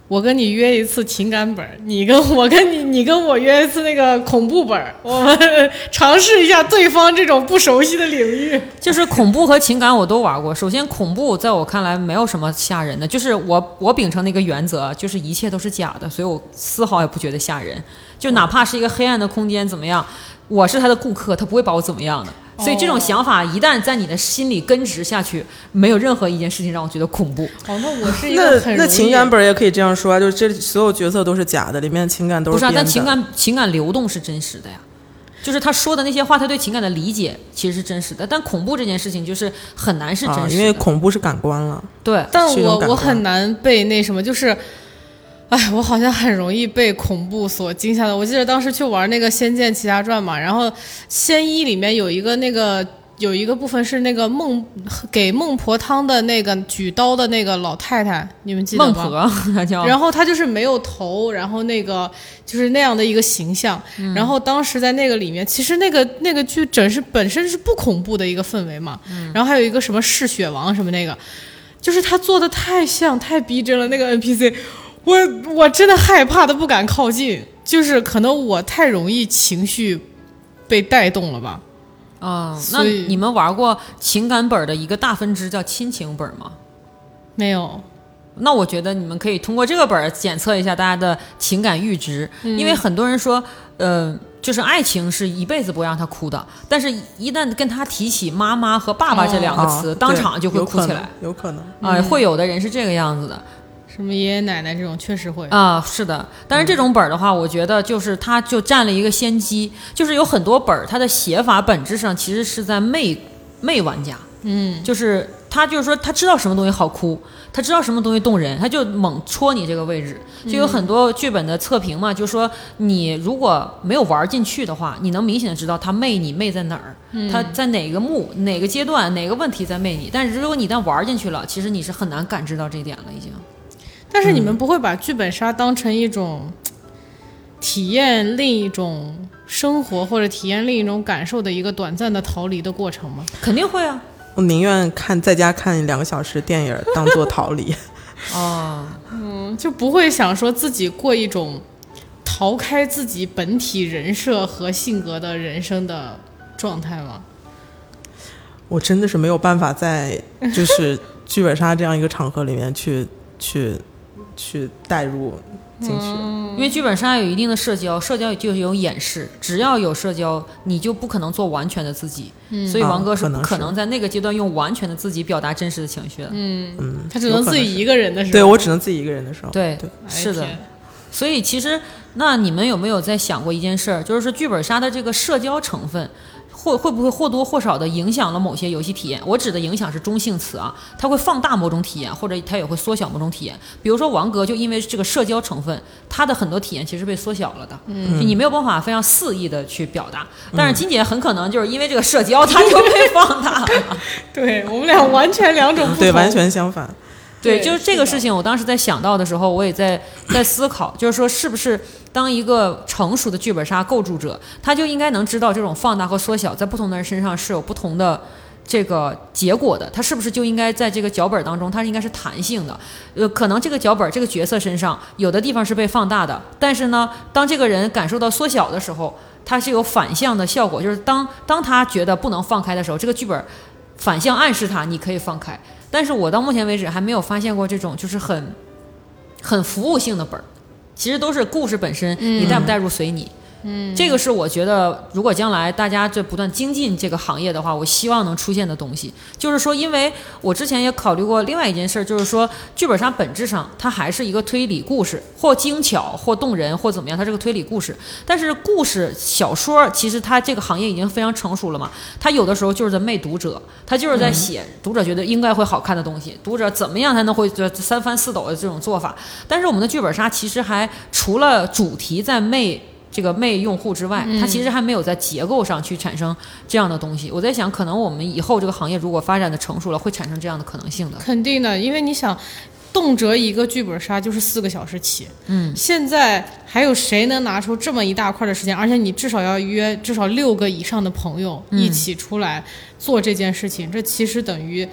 我跟你约一次情感本，你跟我约一次那个恐怖本，我们尝试一下对方这种不熟悉的领域。
就是恐怖和情感我都玩过。首先恐怖在我看来没有什么吓人的，就是我秉承那个原则，就是一切都是假的，所以我丝毫也不觉得吓人。就哪怕是一个黑暗的空间怎么样，我是他的顾客，他不会把我怎么样的。所以这种想法一旦在你的心里根植下去，没有任何一件事情让我觉得恐怖。
那我是一个很
那情感本也可以这样说啊，就是这所有角色都是假的，里面的情感都是编的。
不是啊，但情感流动是真实的呀。就是他说的那些话，他对情感的理解其实是真实的，但恐怖这件事情就是很难是真实的，
因为恐怖是感官了。
对，
但我很难被那什么，就是。哎，我好像很容易被恐怖所惊吓的。我记得当时去玩那个《仙剑奇侠传》嘛，然后仙一里面有一个部分是那个给孟婆汤的那个举刀的那个老太太，你们记得吗？
孟婆她叫。
然后她就是没有头，然后那个就是那样的一个形象。然后当时在那个里面，其实那个剧本身是不恐怖的一个氛围嘛。然后还有一个什么嗜血王什么那个，就是他做的太逼真了那个 NPC。我真的害怕的不敢靠近，就是可能我太容易情绪被带动了吧。
那你们玩过情感本的一个大分支叫亲情本吗？
没有。
那我觉得你们可以通过这个本检测一下大家的情感阈值，因为很多人说就是爱情是一辈子不会让他哭的，但是一旦跟他提起妈妈和爸爸这两个词，当场就会哭起来。
有可能
会有的人是这个样子的。
什么爷爷奶奶这种确实会
啊，是的。但是这种本的话，我觉得就是它就占了一个先机，就是有很多本它的写法本质上其实是在媚玩家，就是他就是说他知道什么东西好哭，他知道什么东西动人，他就猛戳你这个位置。就有很多剧本的测评嘛，就说你如果没有玩进去的话，你能明显的知道他媚你媚在哪儿，他在哪个幕哪个阶段哪个问题在媚你。但是如果你一旦玩进去了，其实你是很难感知到这一点了已经。
但是你们不会把剧本杀当成一种体验另一种生活或者体验另一种感受的一个短暂的逃离的过程吗？
肯定会啊，
我宁愿在家看2个小时电影当做逃离。
就不会想说自己过一种逃开自己本体人设和性格的人生的状态吗？
我真的是没有办法在就是剧本杀这样一个场合里面去带入进去，
因为剧本杀有一定的社交就有掩饰，只要有社交，你就不可能做完全的自己。所以王哥是不可能在那个阶段用完全的自己表达真实的情绪的。
他只能自己一个人的时候。
对，我只能自己一个人的时候。
对，是的。所以其实，那你们有没有在想过一件事儿，就是说剧本杀的这个社交成分。会不会或多或少的影响了某些游戏体验？我指的影响是中性词啊，它会放大某种体验，或者它也会缩小某种体验。比如说王格就因为这个社交成分，它的很多体验其实被缩小了的，你没有办法非常肆意的去表达。但是金姐很可能就是因为这个社交，它就被放大了。
对，我们俩完全两种不同，
对，完全相反。
对，就是这个事情，我当时在想到的时候，我也在思考，就是说，是不是当一个成熟的剧本杀构筑者，他就应该能知道这种放大和缩小在不同的人身上是有不同的这个结果的，他是不是就应该在这个脚本当中，他应该是弹性的？可能这个脚本这个角色身上有的地方是被放大的，但是呢，当这个人感受到缩小的时候，它是有反向的效果，就是当他觉得不能放开的时候，这个剧本反向暗示他你可以放开。但是我到目前为止还没有发现过这种就是很服务性的本，其实都是故事本身，你带不带入随你。这个是我觉得如果将来大家这不断精进这个行业的话，我希望能出现的东西。就是说，因为我之前也考虑过另外一件事，就是说剧本杀本质上它还是一个推理故事，或精巧或动人或怎么样，它是个推理故事。但是故事小说其实它这个行业已经非常成熟了嘛，它有的时候就是在媚读者，它就是在写读者觉得应该会好看的东西，读者怎么样才能会三翻四抖的这种做法。但是我们的剧本杀其实还除了主题在这个媚用户之外，它其实还没有在结构上去产生这样的东西。我在想，可能我们以后这个行业如果发展的成熟了，会产生这样的可能性的。
肯定的，因为你想，动辄一个剧本杀就是4个小时起。现在还有谁能拿出这么一大块的时间？而且你至少要约至少6个以上的朋友一起出来做这件事情，这其实等于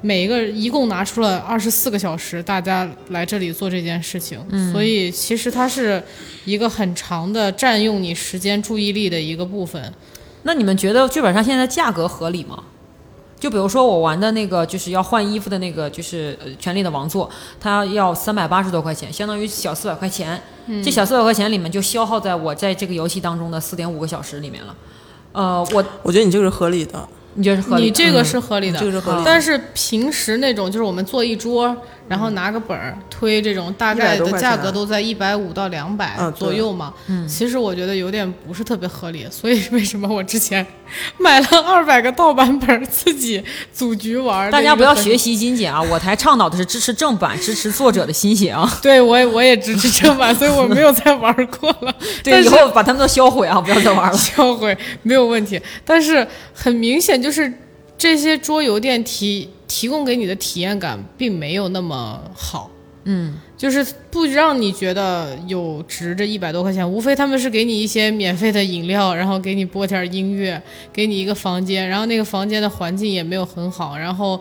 每一个一共拿出了24个小时，大家来这里做这件事情，所以其实它是一个很长的占用你时间注意力的一个部分。
那你们觉得剧本杀现在的价格合理吗？就比如说我玩的那个就是要换衣服的那个就是权力的王座，它要380多块钱，相当于小400块钱，这小400块钱里面就消耗在我在这个游戏当中的4.5个小时里面了。
我觉得你这个是合理的。
你觉得是合理的？
你这个是合理的，
这个是合理的。
但是平时那种就是我们坐一桌，然后拿个本儿推这种，大概的价格都在150到200左右嘛。其实我觉得有点不是特别合理，所以为什么我之前买了200个盗版本自己组局玩？
大家不要学习金姐啊！我台倡导的是支持正版，支持作者的心血啊。
对，我也支持正版，所以我没有再玩过了。
对，以后把他们都销毁啊，不要再玩了。
销毁没有问题，但是很明显就是这些桌游店提供给你的体验感并没有那么好。就是不让你觉得有值这100多块钱，无非他们是给你一些免费的饮料，然后给你播点音乐，给你一个房间，然后那个房间的环境也没有很好，然后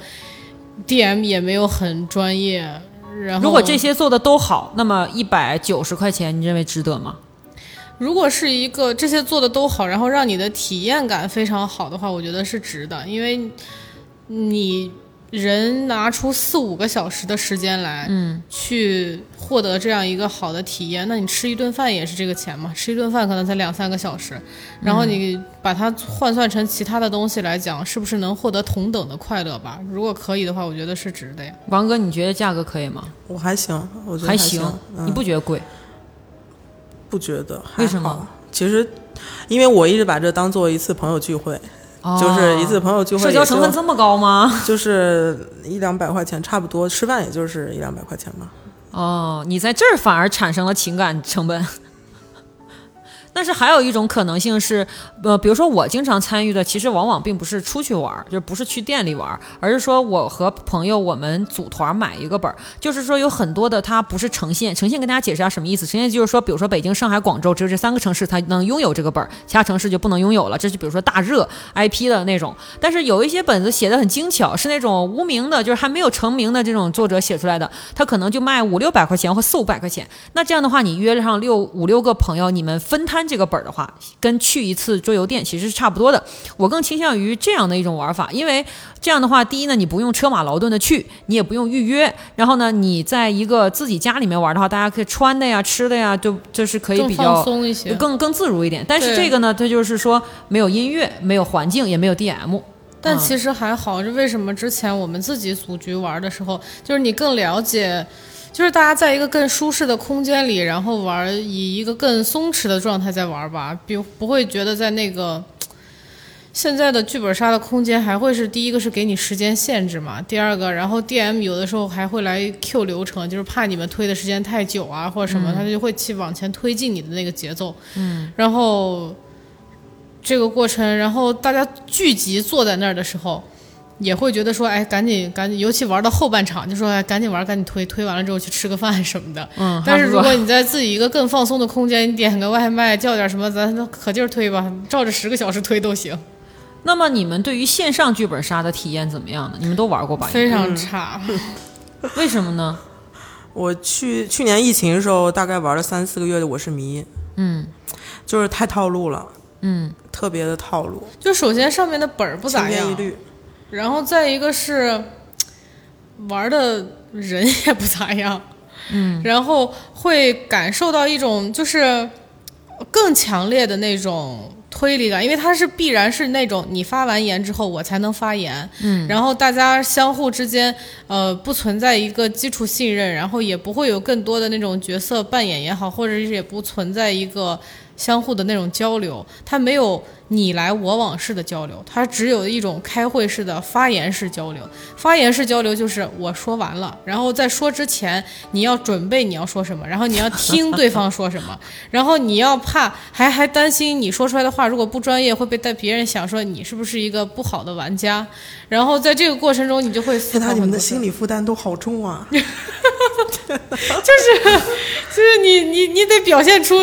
DM 也没有很专业。然后
如果这些做的都好，那么190块钱你认为值得吗？
如果是一个这些做的都好，然后让你的体验感非常好的话，我觉得是值的，因为你人拿出4-5个小时的时间来，去获得这样一个好的体验，那你吃一顿饭也是这个钱嘛？吃一顿饭可能才2-3个小时，然后你把它换算成其他的东西来讲，是不是能获得同等的快乐吧？如果可以的话，我觉得是值的呀。
王哥，你觉得价格可以吗？
我还行，我觉得
还
行。
你不觉得贵？
不觉得，
为什么？
其实，因为我一直把这当做一次朋友聚会。就是一次朋友聚会，
社交成分这么高吗？
就是100-200块钱，差不多，吃饭也就是100-200块钱嘛。
你在这儿反而产生了情感成本。但是还有一种可能性是，比如说我经常参与的，其实往往并不是出去玩，就不是去店里玩，而是说我和朋友我们组团买一个本，就是说有很多的它不是呈现跟大家解释一下什么意思。呈现就是说，比如说北京、上海、广州只有这3个城市才能拥有这个本，其他城市就不能拥有了。这是比如说大热 IP 的那种，但是有一些本子写的很精巧，是那种无名的，就是还没有成名的这种作者写出来的，他可能就卖500-600块钱或400-500块钱。那这样的话，你约上5-6个朋友，你们分摊这个本的话，跟去一次桌游店其实是差不多的。我更倾向于这样的一种玩法，因为这样的话，第一呢，你不用车马劳顿的去，你也不用预约，然后呢，你在一个自己家里面玩的话，大家可以穿的呀、吃的呀，就是可以比较
更放松一些，
更自如一点。但是这个呢，它就是说没有音乐、没有环境，也没有 DM。
但其实还好，是为什么之前我们自己组局玩的时候，就是你更了解。就是大家在一个更舒适的空间里，然后玩，以一个更松弛的状态在玩吧，不会觉得在那个现在的剧本杀的空间还会是第一个是给你时间限制嘛，第二个，然后 DM 有的时候还会来 Q 流程，就是怕你们推的时间太久啊或者什么，他就会去往前推进你的那个节奏，然后这个过程，然后大家聚集坐在那儿的时候。也会觉得说，哎，赶紧，尤其玩到后半场，就说，哎，赶紧玩，赶紧推完了之后去吃个饭什么的。但是如果你在自己一个更放松的空间，你点个外卖，叫点什么，咱可劲儿推吧，照着10个小时推都行。
那么你们对于线上剧本杀的体验怎么样呢？你们都玩过吧？
非常差。
为什么呢？
我去年疫情的时候，大概玩了3-4个月的《我是迷》，就是太套路了，特别的套路。
就首先上面的本不咋样，
千篇一律。
然后再一个是玩的人也不咋样，然后会感受到一种就是更强烈的那种推理感，因为它是必然是那种你发完言之后我才能发言，然后大家相互之间不存在一个基础信任，然后也不会有更多的那种角色扮演也好，或者是也不存在一个相互的那种交流，它没有你来我往式的交流，它只有一种开会式的发言式交流。发言式交流就是我说完了，然后在说之前你要准备你要说什么，然后你要听对方说什么，然后你要怕还担心你说出来的话如果不专业会被别人想说你是不是一个不好的玩家，然后在这个过程中你就会思考很多。
你们的心理负担都好重啊。
就是你得表现出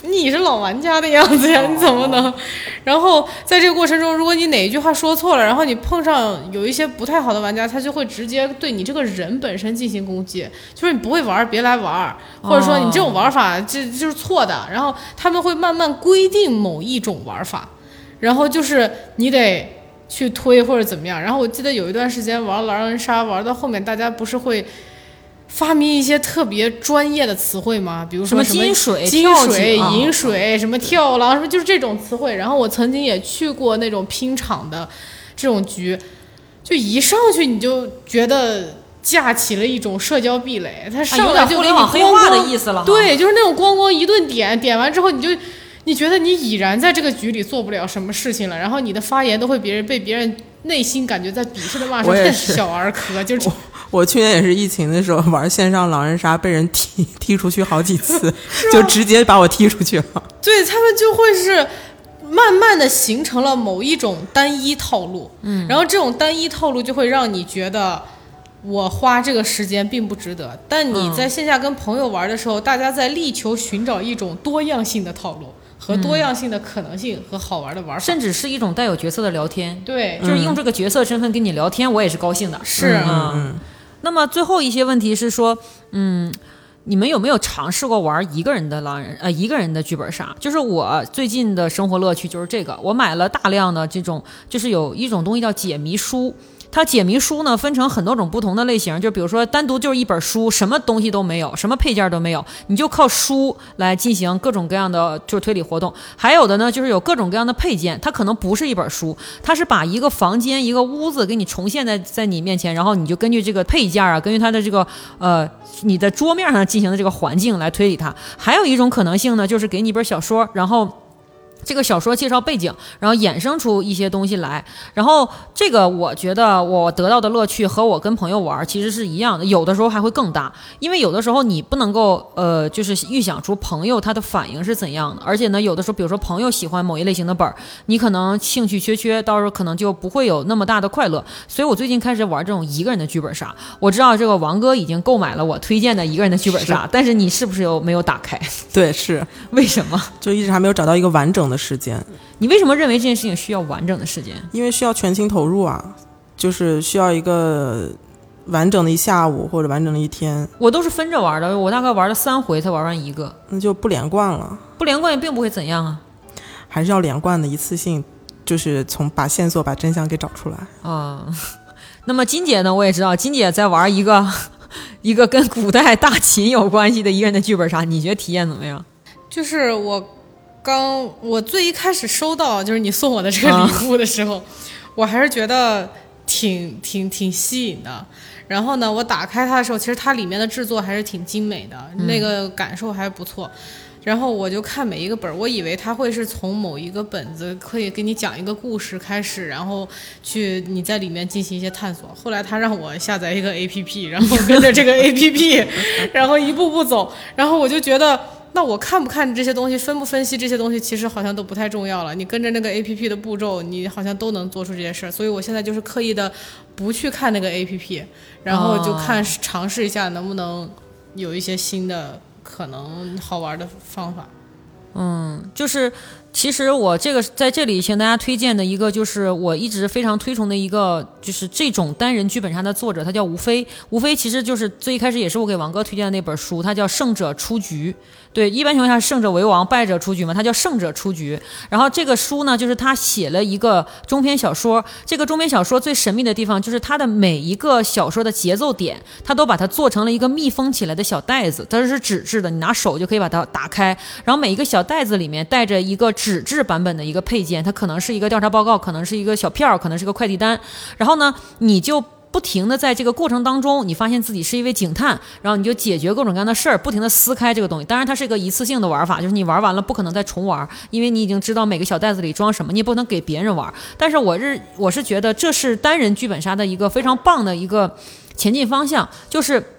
你是老玩家的样子呀，你怎么能？然后在这个过程中，如果你哪一句话说错了，然后你碰上有一些不太好的玩家，他就会直接对你这个人本身进行攻击，就是你不会玩别来玩，或者说你这种玩法就是错的，然后他们会慢慢规定某一种玩法，然后就是你得去推或者怎么样。然后我记得有一段时间玩狼人杀，玩到后面大家不是会发明一些特别专业的词汇吗？比如说什么金水、银水、什么跳狼，什么就是这种词汇。然后我曾经也去过那种拼场的这种局，就一上去你就觉得架起了一种社交壁垒，它上来就给你
光黑化的意思了。
对，就是那种咣咣一顿点完之后，你觉得你已然在这个局里做不了什么事情了，然后你的发言都会被别人内心感觉在鄙视的骂说小儿科，就是
我去年也是疫情的时候玩线上狼人杀，被人踢出去好几次，就直接把我踢出去了。
对，他们就会是慢慢的形成了某一种单一套路，然后这种单一套路就会让你觉得我花这个时间并不值得。但你在线下跟朋友玩的时候，大家在力求寻找一种多样性的套路和多样性的可能性和好玩的玩法，
甚至是一种带有角色的聊天。
对，
就是用这个角色身份跟你聊天，我也是高兴的。
是
那么最后一些问题是说，你们有没有尝试过玩一个人的一个人的剧本杀？就是我最近的生活乐趣就是这个，我买了大量的这种，就是有一种东西叫解谜书。它解谜书呢分成很多种不同的类型，就比如说单独就是一本书，什么东西都没有，什么配件都没有，你就靠书来进行各种各样的就是推理活动。还有的呢就是有各种各样的配件，它可能不是一本书，它是把一个房间一个屋子给你重现在你面前，然后你就根据这个配件啊，根据它的这个你的桌面上进行的这个环境来推理它。还有一种可能性呢，就是给你一本小说，然后这个小说介绍背景，然后衍生出一些东西来，然后这个我觉得我得到的乐趣和我跟朋友玩其实是一样的，有的时候还会更大，因为有的时候你不能够就是预想出朋友他的反应是怎样的，而且呢有的时候比如说朋友喜欢某一类型的本，你可能兴趣缺，到时候可能就不会有那么大的快乐。所以我最近开始玩这种一个人的剧本杀。我知道这个王哥已经购买了我推荐的一个人的剧本杀，但是你是不是没有打开？
对，是
为什么？
就一直还没有找到一个完整的时间。
你为什么认为这件事情需要完整的时间？
因为需要全情投入啊，就是需要一个完整的一下午或者完整的一天。
我都是分着玩的，我大概玩了3回才玩完一个。
那就不连贯了。
不连贯也并不会怎样啊，
还是要连贯的，一次性，就是把线索把真相给找出来
啊。那么金姐呢，我也知道金姐在玩一个跟古代大秦有关系的一个人的剧本杀，你觉得体验怎么样？
就是我最一开始收到就是你送我的这个礼物的时候，我还是觉得挺吸引的。然后呢，我打开它的时候，其实它里面的制作还是挺精美的，那个感受还不错。然后我就看每一个本，我以为它会是从某一个本子可以给你讲一个故事开始，然后你在里面进行一些探索。后来他让我下载一个 APP， 然后跟着这个 APP 然后一步步走，然后我就觉得那我看不看这些东西，分不分析这些东西，其实好像都不太重要了。你跟着那个 APP 的步骤，你好像都能做出这些事儿。所以我现在就是刻意的不去看那个 APP， 然后就尝试一下能不能有一些新的可能好玩的方法。
就是其实我这个在这里向大家推荐的一个，就是我一直非常推崇的一个，就是这种单人剧本杀的作者，他叫吴飞。吴飞其实就是最一开始也是我给王哥推荐的那本书，他叫胜者出局。对，一般情况下胜者为王，败者出局嘛，他叫胜者出局。然后这个书呢，就是他写了一个中篇小说。这个中篇小说最神秘的地方就是他的每一个小说的节奏点，他都把它做成了一个密封起来的小袋子，它是纸质的，你拿手就可以把它打开。然后每一个小袋子里面带着一个纸质版本的一个配件，它可能是一个调查报告，可能是一个小票，可能是个快递单。然后呢，你就不停的在这个过程当中，你发现自己是一位警探，然后你就解决各种各样的事儿，不停的撕开这个东西。当然它是一个一次性的玩法，就是你玩完了不可能再重玩，因为你已经知道每个小袋子里装什么，你也不能给别人玩。但是我是觉得这是单人剧本杀的一个非常棒的一个前进方向，就是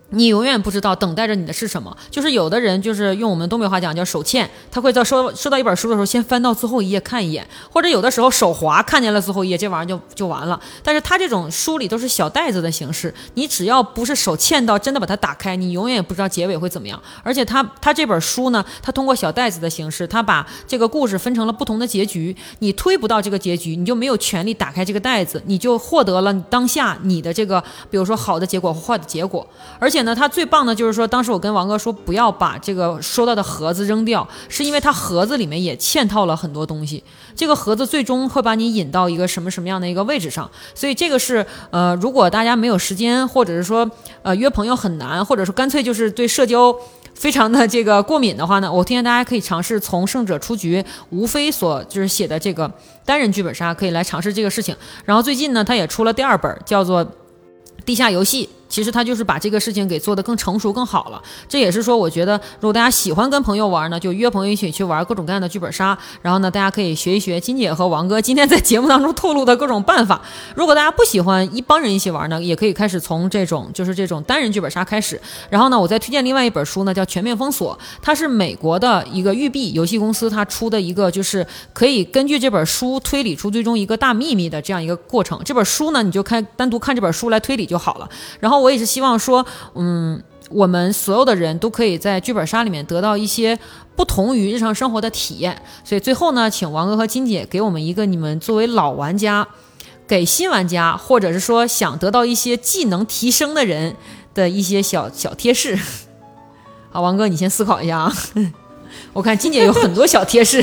你永远不知道等待着你的是什么。就是有的人就是用我们东北话讲叫手欠，他会在收到一本书的时候先翻到最后一页看一眼，或者有的时候手滑看见了最后一页，这玩意儿就完了。但是他这种书里都是小袋子的形式，你只要不是手欠到真的把它打开，你永远也不知道结尾会怎么样。而且他这本书呢，他通过小袋子的形式，他把这个故事分成了不同的结局，你推不到这个结局，你就没有权利打开这个袋子，你就获得了当下你的这个比如说好的结果或坏的结果。而且呢，他最棒的就是说，当时我跟王哥说不要把这个收到的盒子扔掉，是因为它盒子里面也嵌套了很多东西，这个盒子最终会把你引到一个什么样的一个位置上。所以这个是如果大家没有时间，或者是说约朋友很难，或者说干脆就是对社交非常的这个过敏的话呢，我推荐大家可以尝试从胜者出局吴飞所就是写的这个单人剧本杀，可以来尝试这个事情。然后最近呢，他也出了第2本，叫做地下游戏，其实他就是把这个事情给做得更成熟更好了。这也是说我觉得如果大家喜欢跟朋友玩呢，就约朋友一起去玩各种各样的剧本杀，然后呢大家可以学一学金姐和王哥今天在节目当中透露的各种办法。如果大家不喜欢一帮人一起玩呢，也可以开始从这种单人剧本杀开始。然后呢，我再推荐另外一本书呢，叫全面封锁，它是美国的一个育碧游戏公司它出的一个就是可以根据这本书推理出最终一个大秘密的这样一个过程。这本书呢，你就单独看这本书来推理就好了。然后我也是希望说我们所有的人都可以在剧本杀里面得到一些不同于日常生活的体验。所以最后呢，请王哥和金姐给我们一个你们作为老玩家给新玩家，或者是说想得到一些技能提升的人的一些小贴士。好，王哥你先思考一下啊。我看金姐有很多小贴士。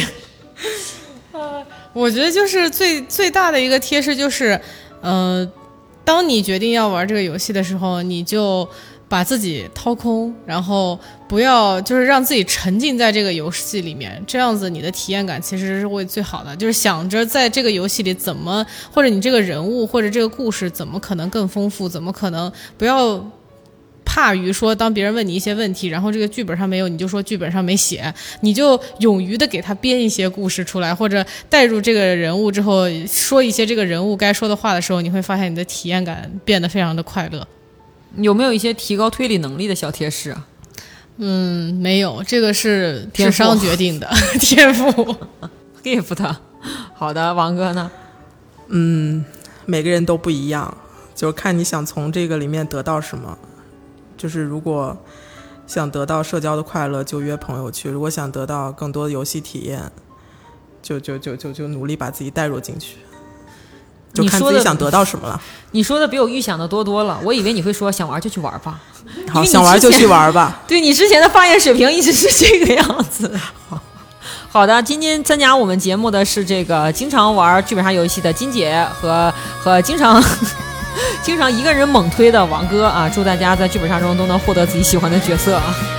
我觉得就是最大的一个贴士就是当你决定要玩这个游戏的时候，你就把自己掏空，然后不要就是让自己沉浸在这个游戏里面，这样子你的体验感其实是会最好的。就是想着在这个游戏里怎么，或者你这个人物或者这个故事怎么可能更丰富，怎么可能不要怕于说当别人问你一些问题，然后这个剧本上没有，你就说剧本上没写，你就勇于的给他编一些故事出来，或者带入这个人物之后说一些这个人物该说的话的时候，你会发现你的体验感变得非常的快乐。
有没有一些提高推理能力的小贴士啊？
没有，这个是智商决定的天赋。
gift。 好的，王哥呢？
每个人都不一样，就看你想从这个里面得到什么。就是如果想得到社交的快乐，就约朋友去；如果想得到更多的游戏体验，就努力把自己带入进去，就看自己想得到什么了。
你说的比我预想的多了，我以为你会说想玩就去玩吧。
好，想玩就去玩吧。
对，你之前的发言水平一直是这个样子。好的，今天参加我们节目的是这个经常玩剧本杀游戏的金姐和经常一个人猛推的王哥啊！祝大家在剧本杀中都能获得自己喜欢的角色啊！